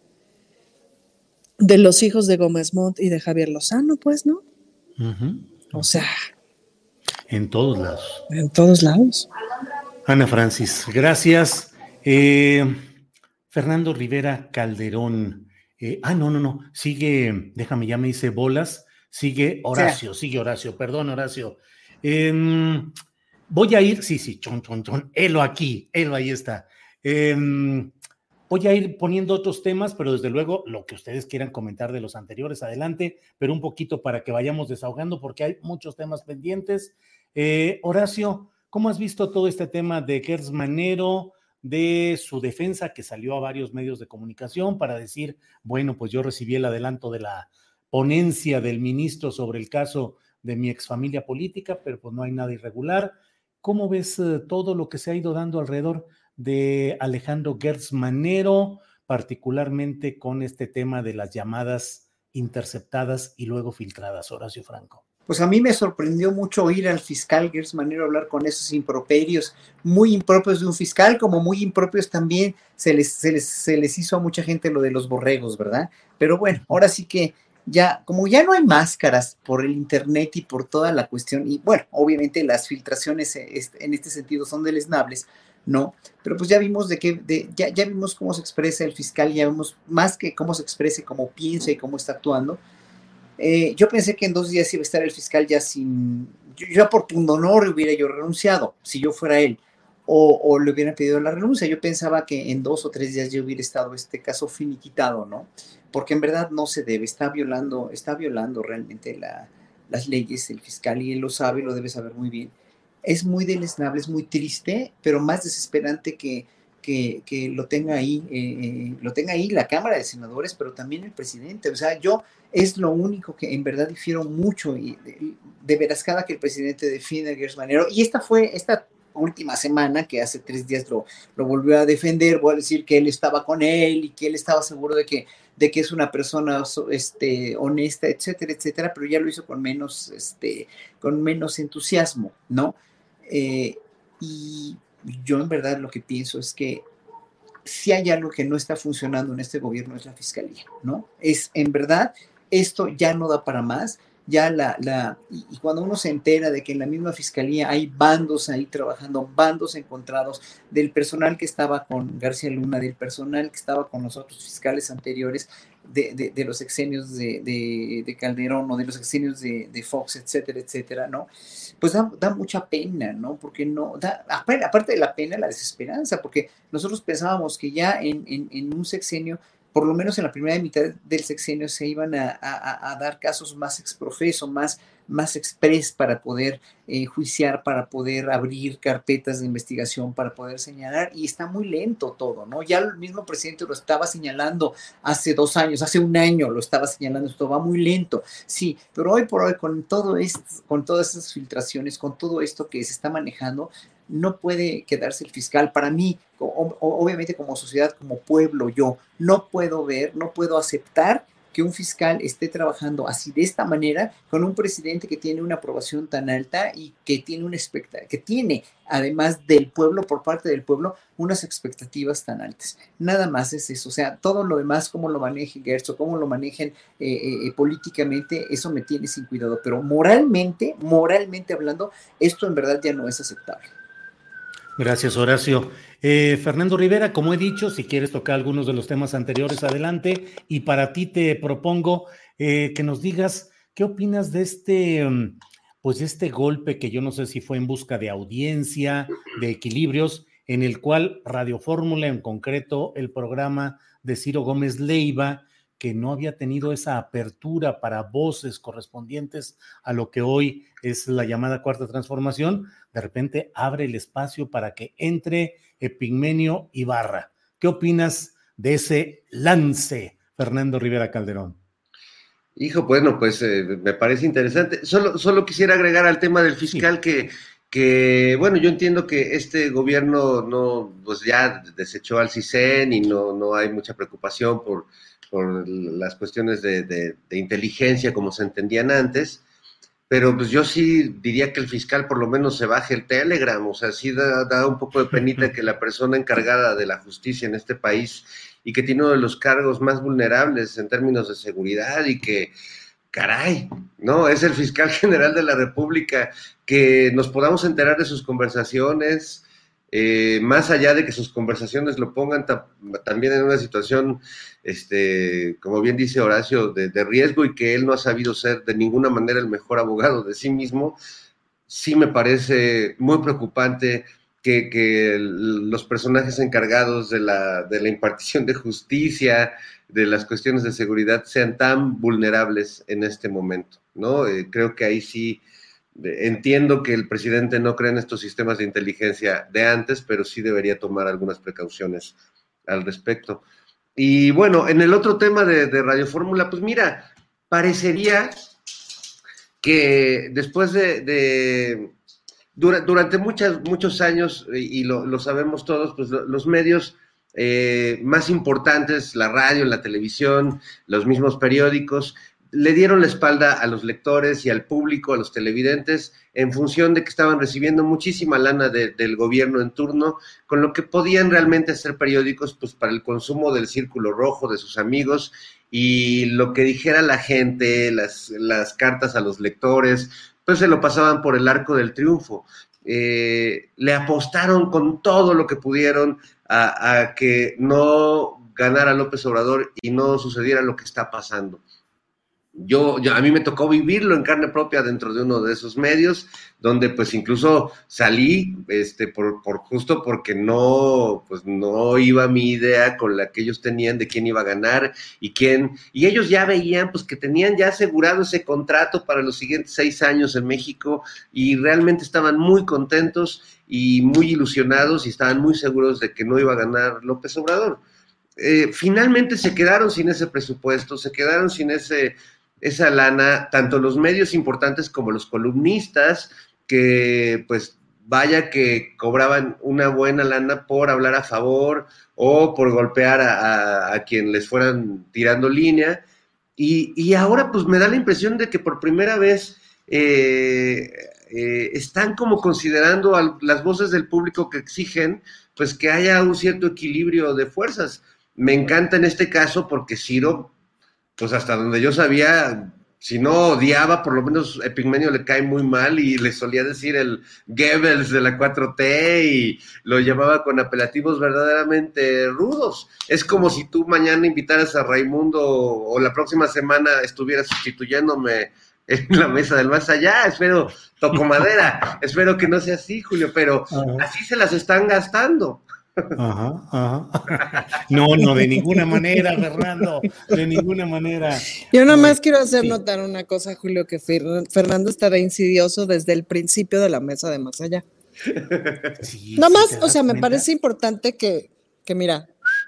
de los hijos de Gómez Montt y de Javier Lozano, pues, ¿no? Uh-huh. O sea, en todos lados. En todos lados. Ana Francis, gracias. Eh, Fernando Rivera Calderón. Eh, ah, no, no, no. Sigue, déjame, ya me hice bolas. Sigue Horacio, sí. sigue Horacio. Perdón, Horacio. Eh, voy a ir, sí, sí, chon, chon, chon. Helo aquí, helo ahí está. Eh, voy a ir poniendo otros temas, pero desde luego lo que ustedes quieran comentar de los anteriores, adelante, pero un poquito para que vayamos desahogando porque hay muchos temas pendientes. Eh, Horacio, ¿cómo has visto todo este tema de Gertz Manero, de su defensa que salió a varios medios de comunicación para decir, bueno, pues yo recibí el adelanto de la ponencia del ministro sobre el caso de mi exfamilia política, pero pues no hay nada irregular? ¿Cómo ves eh, todo lo que se ha ido dando alrededor de Alejandro Gertz Manero, particularmente con este tema de las llamadas interceptadas y luego filtradas, Horacio Franco? Pues a mí me sorprendió mucho oír al fiscal Gertz Manero hablar con esos improperios, muy impropios de un fiscal, como muy impropios también se les, se les, se les hizo a mucha gente lo de los borregos, ¿verdad? Pero bueno, ahora sí que ya, como ya no hay máscaras por el internet y por toda la cuestión, y bueno, obviamente las filtraciones en este sentido son deleznables, ¿no? Pero pues ya vimos de que, de, ya, ya vimos cómo se expresa el fiscal, ya vimos más que cómo se exprese, cómo piensa y cómo está actuando. Eh, yo pensé que en dos días iba a estar el fiscal ya sin, yo, ya por pundonor hubiera yo renunciado, si yo fuera él, o, o le hubieran pedido la renuncia. Yo pensaba que en dos o tres días ya hubiera estado este caso finiquitado, ¿no? Porque en verdad no se debe, está violando, está violando realmente la, las leyes el fiscal, y él lo sabe, lo debe saber muy bien. Es muy deleznable, es muy triste, pero más desesperante que, que, que lo tenga ahí, eh, lo tenga ahí la Cámara de Senadores, pero también el presidente. O sea, yo es lo único que en verdad difiero mucho, y de, de veras cada que el presidente defiende a Gertz Manero, y esta fue, esta última semana, que hace tres días lo, lo volvió a defender, voy a decir que él estaba con él y que él estaba seguro de que, de que es una persona este, honesta, etcétera, etcétera, pero ya lo hizo con menos, este, con menos entusiasmo, ¿no? Eh, y yo en verdad lo que pienso es que si hay algo que no está funcionando en este gobierno es la fiscalía, ¿no? Es en verdad, esto ya no da para más. ya la, la y, y cuando uno se entera de que en la misma fiscalía hay bandos ahí trabajando, bandos encontrados del personal que estaba con García Luna, del personal que estaba con los otros fiscales anteriores, de, de, de los sexenios de, de, de Calderón o de los sexenios de, de Fox, etcétera, etcétera, ¿no? Pues da, da mucha pena, ¿no? Porque no, da, aparte de la pena, la desesperanza, porque nosotros pensábamos que ya en, en, en un sexenio, por lo menos en la primera mitad del sexenio, se iban a, a, a dar casos más exprofeso, más, más express para poder eh, juiciar, para poder abrir carpetas de investigación, para poder señalar, y está muy lento todo, ¿no? Ya el mismo presidente lo estaba señalando hace dos años, hace un año lo estaba señalando, esto va muy lento, sí, pero hoy por hoy con todo esto, con todas esas filtraciones, con todo esto que se está manejando, no puede quedarse el fiscal. Para mí, obviamente como sociedad, como pueblo, yo no puedo ver, no puedo aceptar que un fiscal esté trabajando así de esta manera con un presidente que tiene una aprobación tan alta y que tiene una expectativa, que tiene además del pueblo, por parte del pueblo, unas expectativas tan altas. Nada más es eso, o sea, todo lo demás, cómo lo maneje Gertz o cómo lo manejen eh, eh, políticamente, eso me tiene sin cuidado, pero moralmente, moralmente hablando, esto en verdad ya no es aceptable. Gracias, Horacio. Eh, Fernando Rivera, como he dicho, si quieres tocar algunos de los temas anteriores, adelante. Y para ti te propongo eh, que nos digas qué opinas de este, pues de este golpe que yo no sé si fue en busca de audiencia, de equilibrios, en el cual Radio Fórmula, en concreto el programa de Ciro Gómez Leiva, que no había tenido esa apertura para voces correspondientes a lo que hoy es la llamada Cuarta Transformación, de repente abre el espacio para que entre Epigmenio Ibarra. ¿Qué opinas de ese lance, Fernando Rivera Calderón? Hijo, bueno, pues eh, me parece interesante. Solo, solo quisiera agregar al tema del fiscal sí. que, que, bueno, yo entiendo que este gobierno no, pues ya desechó al CISEN y no, no hay mucha preocupación por por las cuestiones de, de, de inteligencia como se entendían antes, pero pues yo sí diría que el fiscal por lo menos se baje el Telegram, o sea, sí da, da un poco de penita que la persona encargada de la justicia en este país y que tiene uno de los cargos más vulnerables en términos de seguridad y que, caray, ¿no? Es el fiscal general de la República, que nos podamos enterar de sus conversaciones, Eh, más allá de que sus conversaciones lo pongan ta- también en una situación, este, como bien dice Horacio, de, de riesgo y que él no ha sabido ser de ninguna manera el mejor abogado de sí mismo, sí me parece muy preocupante que, que el, los personajes encargados de la, de la impartición de justicia, de las cuestiones de seguridad, sean tan vulnerables en este momento, ¿no? Eh, creo que ahí sí... Entiendo que el presidente no cree en estos sistemas de inteligencia de antes, pero sí debería tomar algunas precauciones al respecto. Y bueno, en el otro tema de, de Radio Fórmula, pues mira, parecería que después de, de dura, durante muchas, muchos años, y lo, lo sabemos todos, pues los medios eh, más importantes, la radio, la televisión, los mismos periódicos, le dieron la espalda a los lectores y al público, a los televidentes, en función de que estaban recibiendo muchísima lana de, del gobierno en turno, con lo que podían realmente hacer periódicos pues para el consumo del círculo rojo de sus amigos, y lo que dijera la gente, las, las cartas a los lectores, pues se lo pasaban por el arco del triunfo. Eh, le apostaron con todo lo que pudieron a, a que no ganara López Obrador y no sucediera lo que está pasando. Yo, yo, a mí me tocó vivirlo en carne propia dentro de uno de esos medios, donde pues incluso salí, este, por, por justo porque no, pues no iba mi idea con la que ellos tenían de quién iba a ganar y quién, y ellos ya veían pues que tenían ya asegurado ese contrato para los siguientes seis años en México, y realmente estaban muy contentos y muy ilusionados y estaban muy seguros de que no iba a ganar López Obrador. Eh, finalmente se quedaron sin ese presupuesto, se quedaron sin ese... esa lana, tanto los medios importantes como los columnistas, que pues vaya que cobraban una buena lana por hablar a favor o por golpear a, a, a quien les fueran tirando línea, y, y ahora pues me da la impresión de que por primera vez eh, eh, están como considerando a las voces del público que exigen pues que haya un cierto equilibrio de fuerzas. Me encanta en este caso porque Ciro, pues hasta donde yo sabía, si no odiaba, por lo menos Epigmenio le cae muy mal y le solía decir el Goebbels de la cuatro T y lo llamaba con apelativos verdaderamente rudos. Es como si tú mañana invitaras a Raimundo o la próxima semana estuvieras sustituyéndome en la mesa del más allá. Espero, toco madera, espero que no sea así, Julio, pero uh-huh. así se las están gastando. Ajá, ajá. No, no, de ninguna manera, Fernando, de ninguna manera. Yo nada más quiero hacer sí. notar una cosa, Julio, que Fernando estará insidioso desde el principio de la mesa de más allá. Sí, nada más, sí, o sea, me cuenta? parece importante que, que mira,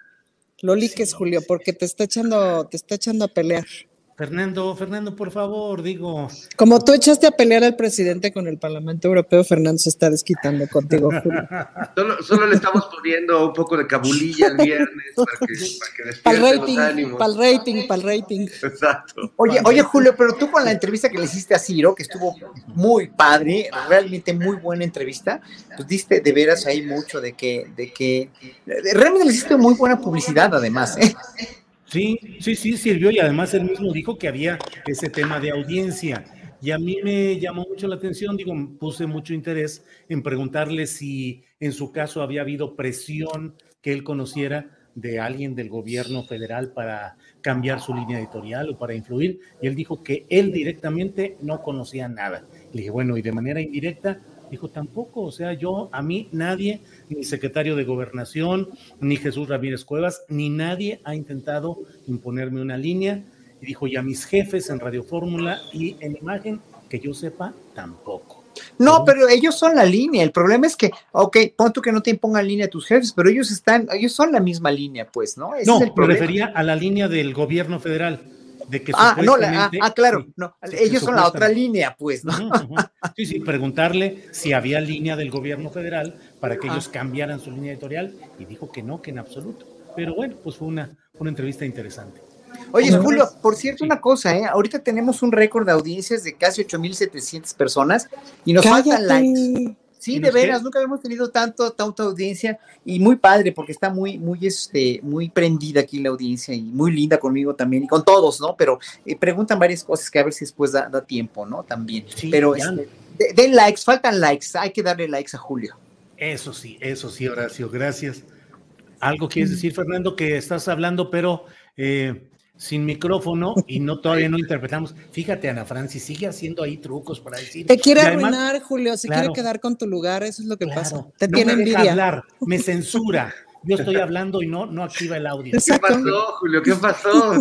lo liques, sí, Julio, porque te está echando, te está echando a pelear. Fernando, Fernando, por favor, digo. Como tú echaste a pelear al presidente con el Parlamento Europeo, Fernando se está desquitando contigo, Julio. Solo, solo le estamos poniendo un poco de cabulilla el viernes para que, para que despierte rating, los ánimos. Para el rating, para el rating. Exacto. Oye, oye, Julio, pero tú con la entrevista que le hiciste a Ciro, que estuvo muy padre, realmente muy buena entrevista, pues diste de veras ahí mucho de que, de que, realmente le hiciste muy buena publicidad además, ¿eh? Sí, sí, sí, sirvió y además él mismo dijo que había ese tema de audiencia y a mí me llamó mucho la atención, digo, puse mucho interés en preguntarle si en su caso había habido presión que él conociera de alguien del gobierno federal para cambiar su línea editorial o para influir, y él dijo que él directamente no conocía nada. Le dije, bueno, y de manera indirecta, dijo, tampoco, o sea, yo, a mí nadie, ni secretario de Gobernación, ni Jesús Ramírez Cuevas, ni nadie ha intentado imponerme una línea, y dijo, y a mis jefes en Radio Fórmula y en Imagen, que yo sepa, tampoco. No, pero ellos son la línea, el problema es que, ok, pon tú que no te impongan línea a tus jefes, pero ellos están, ellos son la misma línea, pues, ¿no? Ese no, es el me refería a la línea del gobierno federal. De que ah, no, la, ah, ah, claro, sí, no, ellos son la otra línea, pues, ¿no? Uh-huh, uh-huh. Sí, sí, preguntarle si había línea del gobierno federal para que ah. ellos cambiaran su línea editorial, y dijo que no, que en absoluto. Pero bueno, pues fue una, una entrevista interesante. Oye, Julio, por cierto, sí. una cosa, ¿eh? Ahorita tenemos un récord de audiencias de casi ocho mil setecientas personas y nos ¡Cállate! faltan likes. Sí, de veras, nunca habíamos tenido tanto, tanta audiencia y muy padre porque está muy, muy, este, muy prendida aquí la audiencia y muy linda conmigo también y con todos, ¿no? Pero eh, preguntan varias cosas que a ver si después da, da tiempo, ¿no? También. Sí, pero este, de, den likes, faltan likes, hay que darle likes a Julio. Eso sí, eso sí, Horacio, gracias. ¿Algo quieres decir, Fernando, que estás hablando, pero eh, sin micrófono y no todavía no interpretamos? Fíjate, Ana Francis, sigue haciendo ahí trucos para decir. Te quiere además, arruinar, Julio, se claro, quiere quedar con tu lugar, eso es lo que claro, pasa. Te no tiene me deja envidia. Hablar, me censura. Yo estoy hablando y no, no activa el audio. Exacto. ¿Qué pasó, Julio? ¿Qué pasó?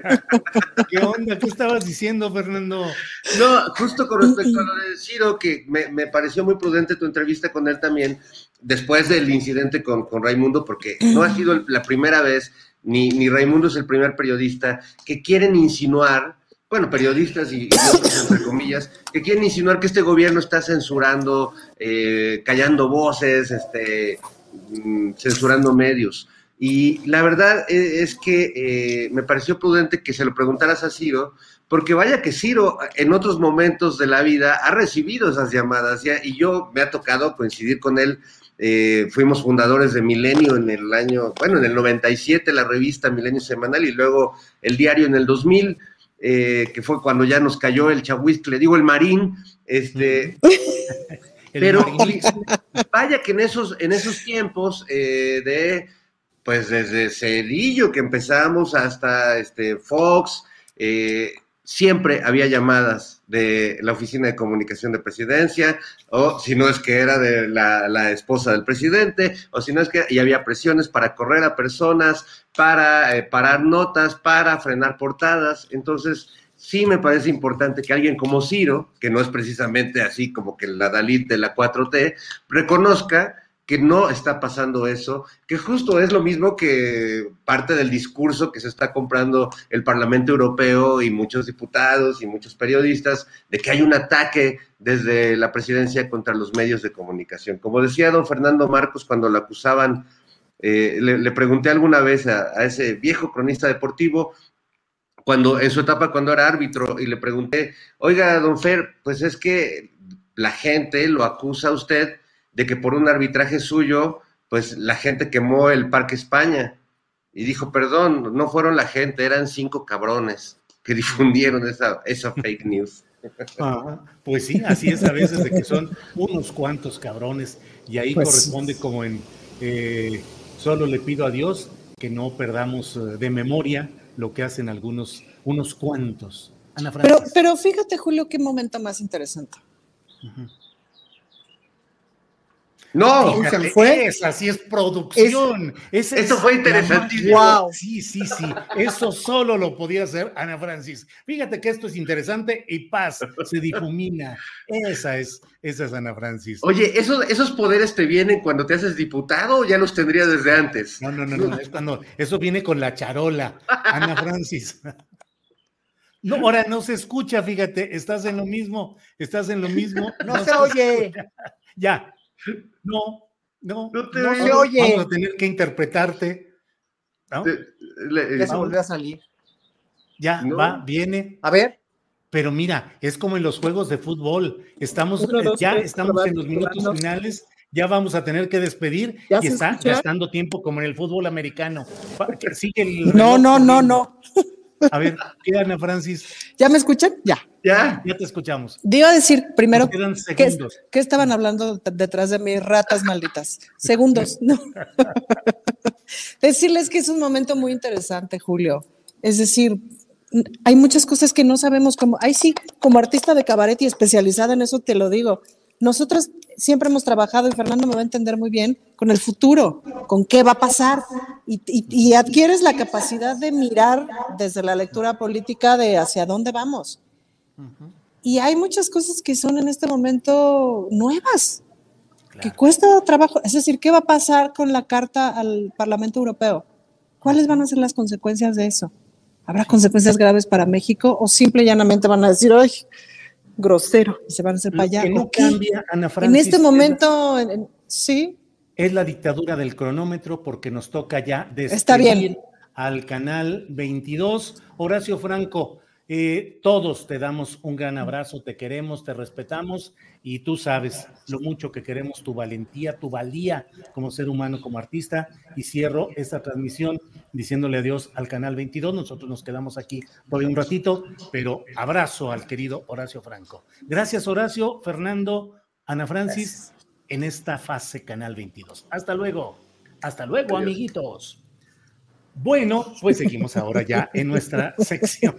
¿Qué onda? ¿Qué estabas diciendo, Fernando? No, justo con respecto a lo de Ciro, que me, me pareció muy prudente tu entrevista con él también, después del incidente con, con Raimundo, porque no ha sido la primera vez, ni, ni Raimundo es el primer periodista, que quieren insinuar, bueno, periodistas y, y otros, entre comillas, que quieren insinuar que este gobierno está censurando, eh, callando voces, este... censurando medios. Y la verdad es que eh, me pareció prudente que se lo preguntaras a Ciro, porque vaya que Ciro en otros momentos de la vida ha recibido esas llamadas, ya, y yo me ha tocado coincidir con él. Eh, fuimos fundadores de Milenio en el año, bueno, en el noventa y siete, la revista Milenio Semanal, y luego el diario en el dos mil, eh, que fue cuando ya nos cayó el chahuiscle, digo el marín, este... Pero vaya que en esos, en esos tiempos eh, de, pues desde Cedillo que empezamos hasta este Fox, eh, siempre había llamadas de la Oficina de Comunicación de Presidencia, o si no es que era de la, la esposa del presidente, o si no es que, y había presiones para correr a personas, para eh, parar notas, para frenar portadas. Entonces, sí me parece importante que alguien como Ciro, que no es precisamente así como que la Dalit de la cuatro T, reconozca que no está pasando eso, que justo es lo mismo que parte del discurso que se está comprando el Parlamento Europeo y muchos diputados y muchos periodistas, de que hay un ataque desde la presidencia contra los medios de comunicación. Como decía don Fernando Marcos cuando lo acusaban, eh, le, le pregunté alguna vez a, a ese viejo cronista deportivo, cuando en su etapa cuando era árbitro, y le pregunté, oiga, don Fer, pues es que la gente lo acusa a usted de que por un arbitraje suyo, pues la gente quemó el Parque España. Y dijo, perdón, no fueron la gente, eran cinco cabrones. que difundieron esa, esa fake news. Ajá, pues sí, así es a veces de que son unos cuantos cabrones y ahí pues, corresponde como en eh, solo le pido a Dios que no perdamos eh, de memoria lo que hacen algunos, unos cuantos. Ana Francis. Pero, pero fíjate, Julio, qué momento más interesante. Uh-huh. No, fíjate, fue esa sí es producción. Es, eso fue interesantísimo. Wow. Sí, sí, sí. Eso solo lo podía hacer Ana Francis. Fíjate que esto es interesante y paz, se difumina. Esa es, esa es Ana Francis. Oye, ¿esos, ¿esos poderes te vienen cuando te haces diputado o ya los tendrías desde antes? No, no, no, no. Es cuando, eso viene con la charola, Ana Francis. No, ahora no se escucha, fíjate, estás en lo mismo, estás en lo mismo. No, no se oye. Ya. No, no, no, te no se oye. Vamos a tener que interpretarte. ¿No? Te, le, ya se volvió a salir. Ya, no. va, viene. A ver. Pero mira, es como en los juegos de fútbol. Estamos, uno, dos, ya tres, estamos cuatro, en los minutos cuatro, finales, ya vamos a tener que despedir y está escucha? gastando tiempo como en el fútbol americano. Sigue el no, no, no, no. A ver, ¿qué, Ana Francis? ¿Ya me escuchan? Ya. Ya, ya te escuchamos. Digo a decir primero que, que estaban hablando detrás de mí, ratas malditas. Segundos, no. Decirles que es un momento muy interesante, Julio. Es decir, hay muchas cosas que no sabemos cómo. Ay, sí, como artista de cabaret y especializada en eso te lo digo. Nosotros siempre hemos trabajado, y Fernando me va a entender muy bien, con el futuro, con qué va a pasar, y, y, y adquieres la capacidad de mirar desde la lectura política de hacia dónde vamos. Uh-huh. Y hay muchas cosas que son en este momento nuevas, claro, que cuesta trabajo. Es decir, ¿qué va a pasar con la carta al Parlamento Europeo? ¿Cuáles van a ser las consecuencias de eso? ¿Habrá consecuencias graves para México o simple y llanamente van a decir, ¡ay, grosero! Y se van a hacer para allá. Que no cambia, Ana Francis. En este momento, en, en, sí. Es la dictadura del cronómetro porque nos toca ya despedir al canal veintidós. Horacio Franco, eh, todos te damos un gran abrazo, te queremos, te respetamos y tú sabes lo mucho que queremos tu valentía, tu valía como ser humano, como artista. Y cierro esta transmisión diciéndole adiós al canal veintidós. Nosotros nos quedamos aquí todavía un ratito, pero abrazo al querido Horacio Franco. Gracias, Horacio, Fernando, Ana Francis, gracias, en esta fase canal veintidós. Hasta luego, hasta luego, adiós, amiguitos. Bueno, pues seguimos ahora ya en nuestra sección.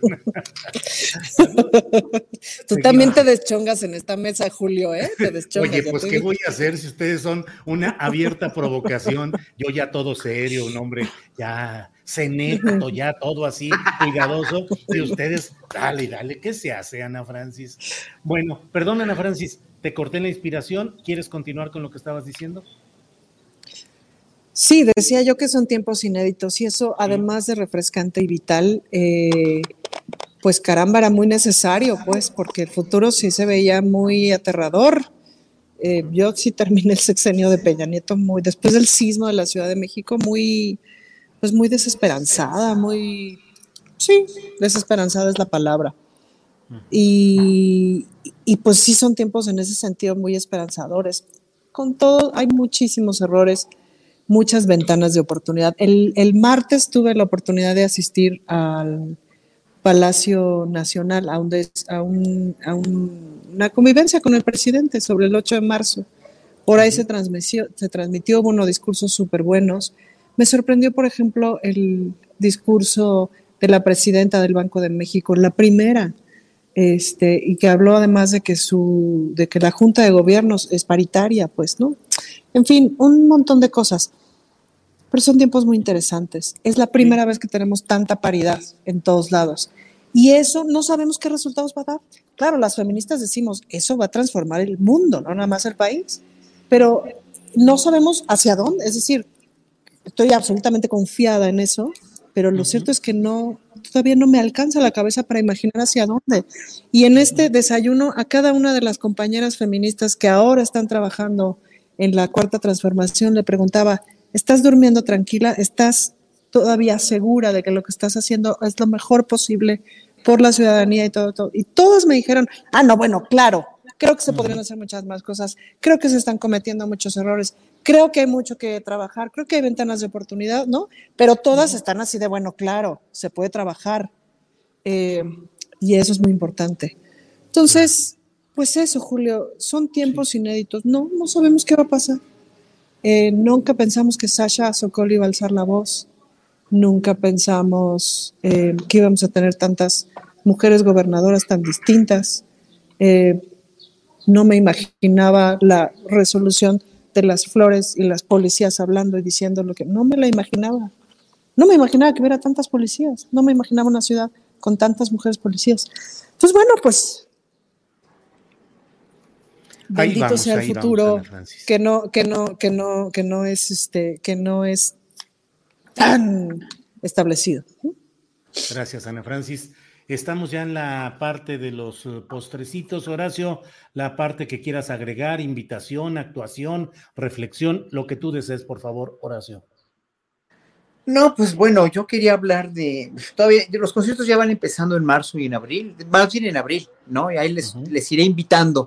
Tú también te deschongas en esta mesa, Julio, ¿eh? Te deschongas. Oye, pues, ¿qué voy a hacer si ustedes son una abierta provocación? Yo ya todo serio, un hombre ya ceneto, ya todo así, cuidadoso, y ustedes, dale, dale, ¿qué se hace, Ana Francis? Bueno, perdón, Ana Francis, te corté la inspiración. ¿Quieres continuar con lo que estabas diciendo? Sí, decía yo que son tiempos inéditos y eso, además de refrescante y vital, eh, pues caramba, era muy necesario, pues, porque el futuro sí se veía muy aterrador. Eh, yo sí terminé el sexenio de Peña Nieto muy, después del sismo de la Ciudad de México, muy, pues muy desesperanzada, muy, sí, desesperanzada es la palabra. Y, y pues sí son tiempos en ese sentido muy esperanzadores. Con todo, hay muchísimos errores, muchas ventanas de oportunidad. El, el martes tuve la oportunidad de asistir al Palacio Nacional a, un des, a, un, a un, una convivencia con el presidente sobre el ocho de marzo. Por ahí se transmitió, se transmitió hubo unos discursos súper buenos. Me sorprendió, por ejemplo, el discurso de la presidenta del Banco de México, la primera, este, y que habló además de que, su, de que la Junta de Gobiernos es paritaria, pues, ¿no? En fin, un montón de cosas. Pero son tiempos muy interesantes. Es la primera vez que tenemos tanta paridad en todos lados. Y eso no sabemos qué resultados va a dar. Claro, las feministas decimos, eso va a transformar el mundo, no nada más el país. Pero no sabemos hacia dónde. Es decir, estoy absolutamente confiada en eso, pero lo uh-huh. cierto es que no, todavía no me alcanza la cabeza para imaginar hacia dónde. Y en este desayuno, a cada una de las compañeras feministas que ahora están trabajando en la cuarta transformación, le preguntaba, ¿estás durmiendo tranquila? ¿Estás todavía segura de que lo que estás haciendo es lo mejor posible por la ciudadanía y todo, todo? Y todas me dijeron, ah, no, bueno, claro, creo que se podrían hacer muchas más cosas, creo que se están cometiendo muchos errores, creo que hay mucho que trabajar, creo que hay ventanas de oportunidad, ¿no? Pero todas están así de, bueno, claro, se puede trabajar. eh, y eso es muy importante. Entonces, pues eso, Julio, son tiempos sí. inéditos. No, no sabemos qué va a pasar. Eh, nunca pensamos que Sasha Sokol iba a alzar la voz. Nunca pensamos eh, que íbamos a tener tantas mujeres gobernadoras tan distintas. Eh, no me imaginaba la resolución de las flores y las policías hablando y diciendo lo que... No me la imaginaba. No me imaginaba que hubiera tantas policías. No me imaginaba una ciudad con tantas mujeres policías. Entonces, bueno, pues... Bendito vamos, sea el futuro, vamos, que no, que no, que no, que no es este, que no es tan establecido. Gracias, Ana Francis. Estamos ya en la parte de los postrecitos, Horacio, la parte que quieras agregar, invitación, actuación, reflexión, lo que tú desees, por favor, Horacio. No, pues bueno, yo quería hablar de, todavía, los conciertos ya van empezando en marzo y en abril, más bien en abril, ¿no? Y ahí les, uh-huh. les iré invitando.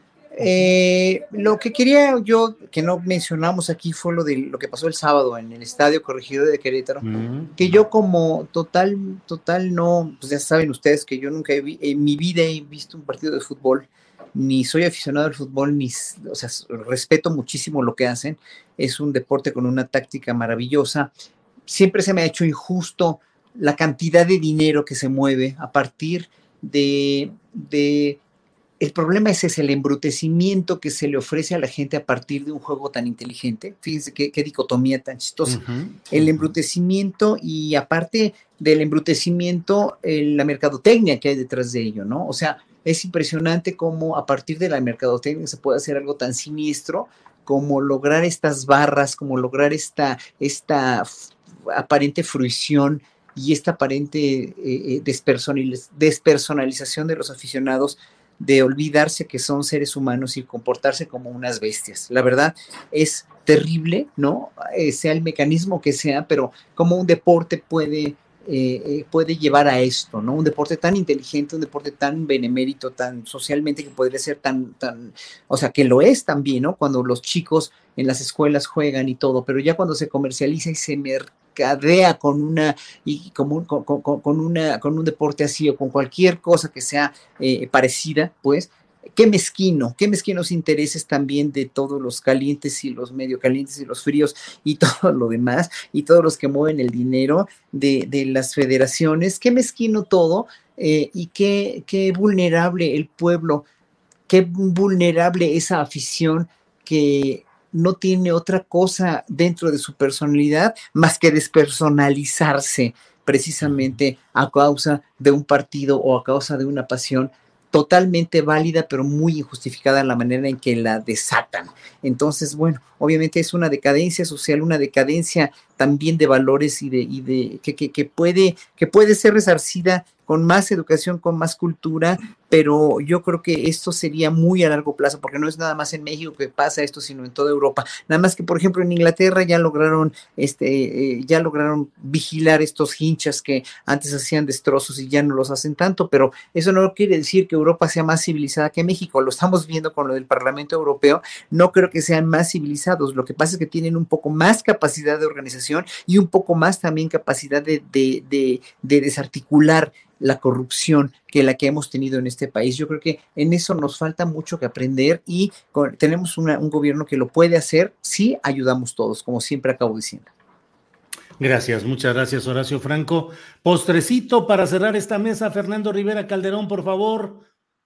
Eh, lo que quería yo, que no mencionamos aquí, fue lo de lo que pasó el sábado en el Estadio Corregidora de Querétaro, mm. que yo como total, total no, pues ya saben ustedes que yo nunca he vi, en mi vida he visto un partido de fútbol, ni soy aficionado al fútbol, ni, o sea, respeto muchísimo lo que hacen, es un deporte con una táctica maravillosa, siempre se me ha hecho injusto la cantidad de dinero que se mueve a partir de... de El problema es ese, el embrutecimiento que se le ofrece a la gente a partir de un juego tan inteligente. Fíjense qué, qué dicotomía tan chistosa. Uh-huh, el uh-huh. embrutecimiento y aparte del embrutecimiento, el, la mercadotecnia que hay detrás de ello, ¿no? O sea, es impresionante cómo a partir de la mercadotecnia se puede hacer algo tan siniestro como lograr estas barras, como lograr esta, esta f- aparente fruición y esta aparente eh, despersonaliz- despersonalización de los aficionados, de olvidarse que son seres humanos y comportarse como unas bestias. La verdad es terrible, ¿no? Eh, sea el mecanismo que sea, pero como un deporte puede, eh, eh, puede llevar a esto, ¿no? Un deporte tan inteligente, un deporte tan benemérito, tan socialmente que podría ser tan, tan, o sea, que lo es también, ¿no? Cuando los chicos en las escuelas juegan y todo, pero ya cuando se comercializa y se mercadea con una y con, con, con, con una con un deporte así o con cualquier cosa que sea eh, parecida, pues qué mezquino, qué mezquinos intereses también de todos los calientes y los medio calientes y los fríos y todo lo demás y todos los que mueven el dinero de, de las federaciones, qué mezquino todo eh, y qué, qué vulnerable el pueblo, qué vulnerable esa afición que no tiene otra cosa dentro de su personalidad más que despersonalizarse precisamente a causa de un partido o a causa de una pasión totalmente válida, pero muy injustificada la manera en que la desatan. Entonces, bueno, obviamente es una decadencia social, una decadencia también de valores y de, y de que, que, que puede, que puede ser resarcida con más educación, con más cultura, pero yo creo que esto sería muy a largo plazo, porque no es nada más en México que pasa esto, sino en toda Europa. Nada más que, por ejemplo, en Inglaterra ya lograron, este, eh, ya lograron vigilar estos hinchas que antes hacían destrozos y ya no los hacen tanto, pero eso no quiere decir que Europa sea más civilizada que México. Lo estamos viendo con lo del Parlamento Europeo. No creo que sean más civilizados. Lo que pasa es que tienen un poco más capacidad de organización y un poco más también capacidad de, de, de, de desarticular la corrupción que la que hemos tenido en este país. Yo creo que en eso nos falta mucho que aprender y con, tenemos una, un gobierno que lo puede hacer si ayudamos todos, como siempre acabo diciendo. Gracias, muchas gracias, Horacio Franco. Postrecito para cerrar esta mesa, Fernando Rivera Calderón, por favor.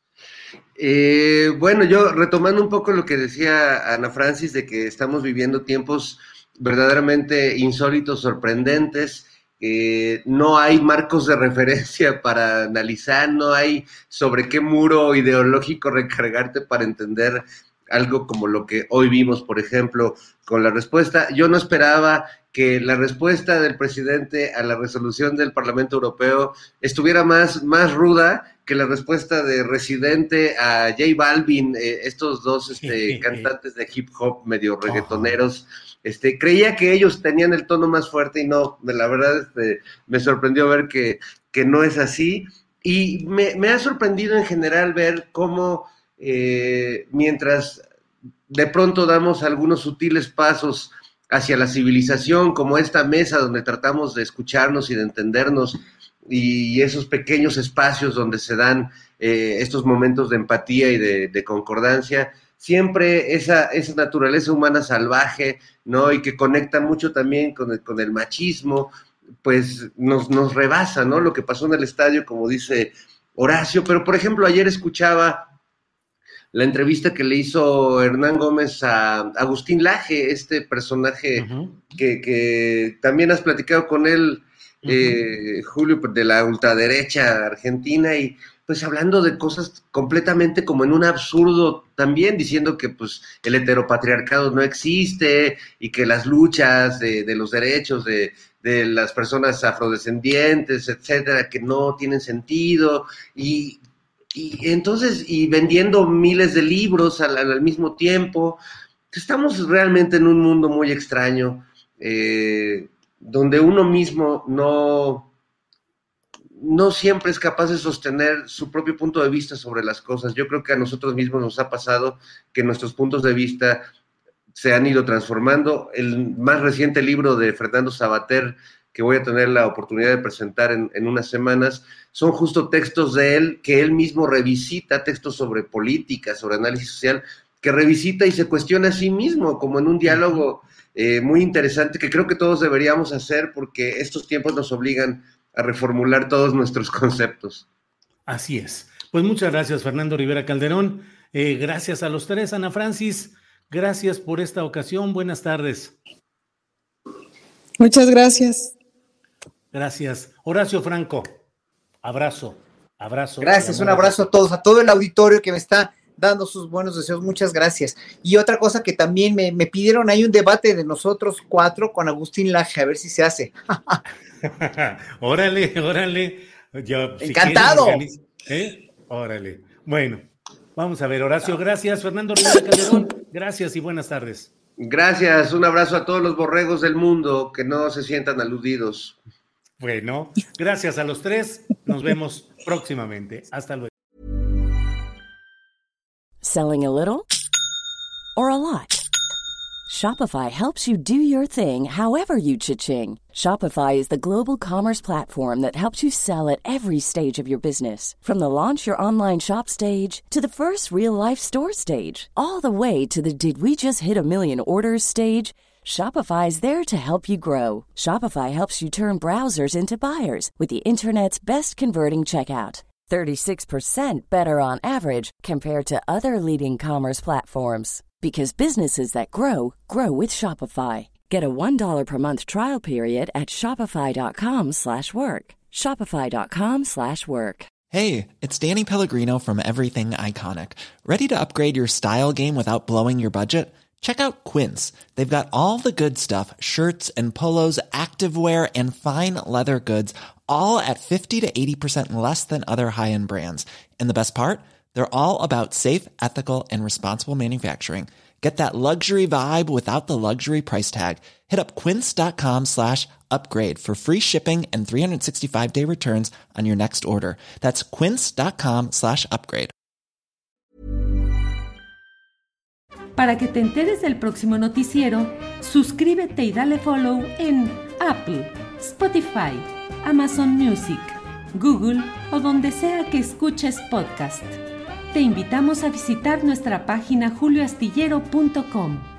Eh, bueno, yo retomando un poco lo que decía Ana Francis, de que estamos viviendo tiempos verdaderamente insólitos, sorprendentes. Eh, no hay marcos de referencia para analizar, no hay sobre qué muro ideológico recargarte para entender algo como lo que hoy vimos, por ejemplo, con la respuesta. Yo no esperaba que la respuesta del presidente a la resolución del Parlamento Europeo estuviera más, más ruda que la respuesta de Residente a J Balvin, eh, estos dos este, cantantes de hip hop medio reggaetoneros. Este, creía que ellos tenían el tono más fuerte y no, la verdad este, me sorprendió ver que, que no es así y me, me ha sorprendido en general ver cómo eh, mientras de pronto damos algunos sutiles pasos hacia la civilización, como esta mesa donde tratamos de escucharnos y de entendernos y esos pequeños espacios donde se dan eh, estos momentos de empatía y de, de concordancia, siempre esa, esa naturaleza humana salvaje, ¿no? Y que conecta mucho también con el, con el machismo, pues nos, nos rebasa, ¿no? Lo que pasó en el estadio, como dice Horacio, pero por ejemplo, ayer escuchaba la entrevista que le hizo Hernán Gómez a Agustín Laje, este personaje uh-huh. que, que también has platicado con él, uh-huh. eh, Julio, de la ultraderecha argentina, y pues hablando de cosas completamente como en un absurdo también, diciendo que pues el heteropatriarcado no existe y que las luchas de, de los derechos de, de las personas afrodescendientes, etcétera, que no tienen sentido, y Y entonces, y vendiendo miles de libros al, al mismo tiempo. Estamos realmente en un mundo muy extraño, eh, donde uno mismo no, no siempre es capaz de sostener su propio punto de vista sobre las cosas. Yo creo que a nosotros mismos nos ha pasado que nuestros puntos de vista se han ido transformando. El más reciente libro de Fernando Sabater, que voy a tener la oportunidad de presentar en, en unas semanas, son justo textos de él, que él mismo revisita, textos sobre política, sobre análisis social, que revisita y se cuestiona a sí mismo, como en un diálogo eh, muy interesante, que creo que todos deberíamos hacer, porque estos tiempos nos obligan a reformular todos nuestros conceptos. Así es. Pues muchas gracias, Fernando Rivera Calderón. Eh, gracias a los tres. Ana Francis, gracias por esta ocasión. Buenas tardes. Muchas gracias. Gracias. Horacio Franco, abrazo, abrazo. Gracias, un abrazo a todos, a todo el auditorio que me está dando sus buenos deseos, muchas gracias. Y otra cosa que también me, me pidieron, hay un debate de nosotros cuatro con Agustín Laje, a ver si se hace. Órale, órale. Yo, Encantado. Si quieren, ¿eh? Órale. Bueno, vamos a ver, Horacio, gracias. Fernando Rivera Calderón, gracias y buenas tardes. Gracias, un abrazo a todos los borregos del mundo, que no se sientan aludidos. Bueno, gracias a los tres, nos vemos próximamente. Hasta luego. Selling a little or a lot? Shopify helps you do your thing however you cha-ching. Shopify is the global commerce platform that helps you sell at every stage of your business. From the launch your online shop stage to the first real-life store stage, all the way to the did we just hit a million orders stage. Shopify is there to help you grow. Shopify helps you turn browsers into buyers with the internet's best converting checkout. thirty-six percent better on average compared to other leading commerce platforms. Because businesses that grow, grow with Shopify. Get a one dollar per month trial period at shopify.com slash work. Shopify.com slash work. Hey, it's Danny Pellegrino from Everything Iconic. Ready to upgrade your style game without blowing your budget? Check out Quince. They've got all the good stuff, shirts and polos, activewear, and fine leather goods, all at fifty to eighty percent less than other high-end brands. And the best part? They're all about safe, ethical, and responsible manufacturing. Get that luxury vibe without the luxury price tag. Hit up quince.com slash upgrade for free shipping and three sixty-five day returns on your next order. That's quince.com slash upgrade. Para que te enteres del próximo noticiero, suscríbete y dale follow en Apple, Spotify, Amazon Music, Google o donde sea que escuches podcast. Te invitamos a visitar nuestra página julio astillero punto com.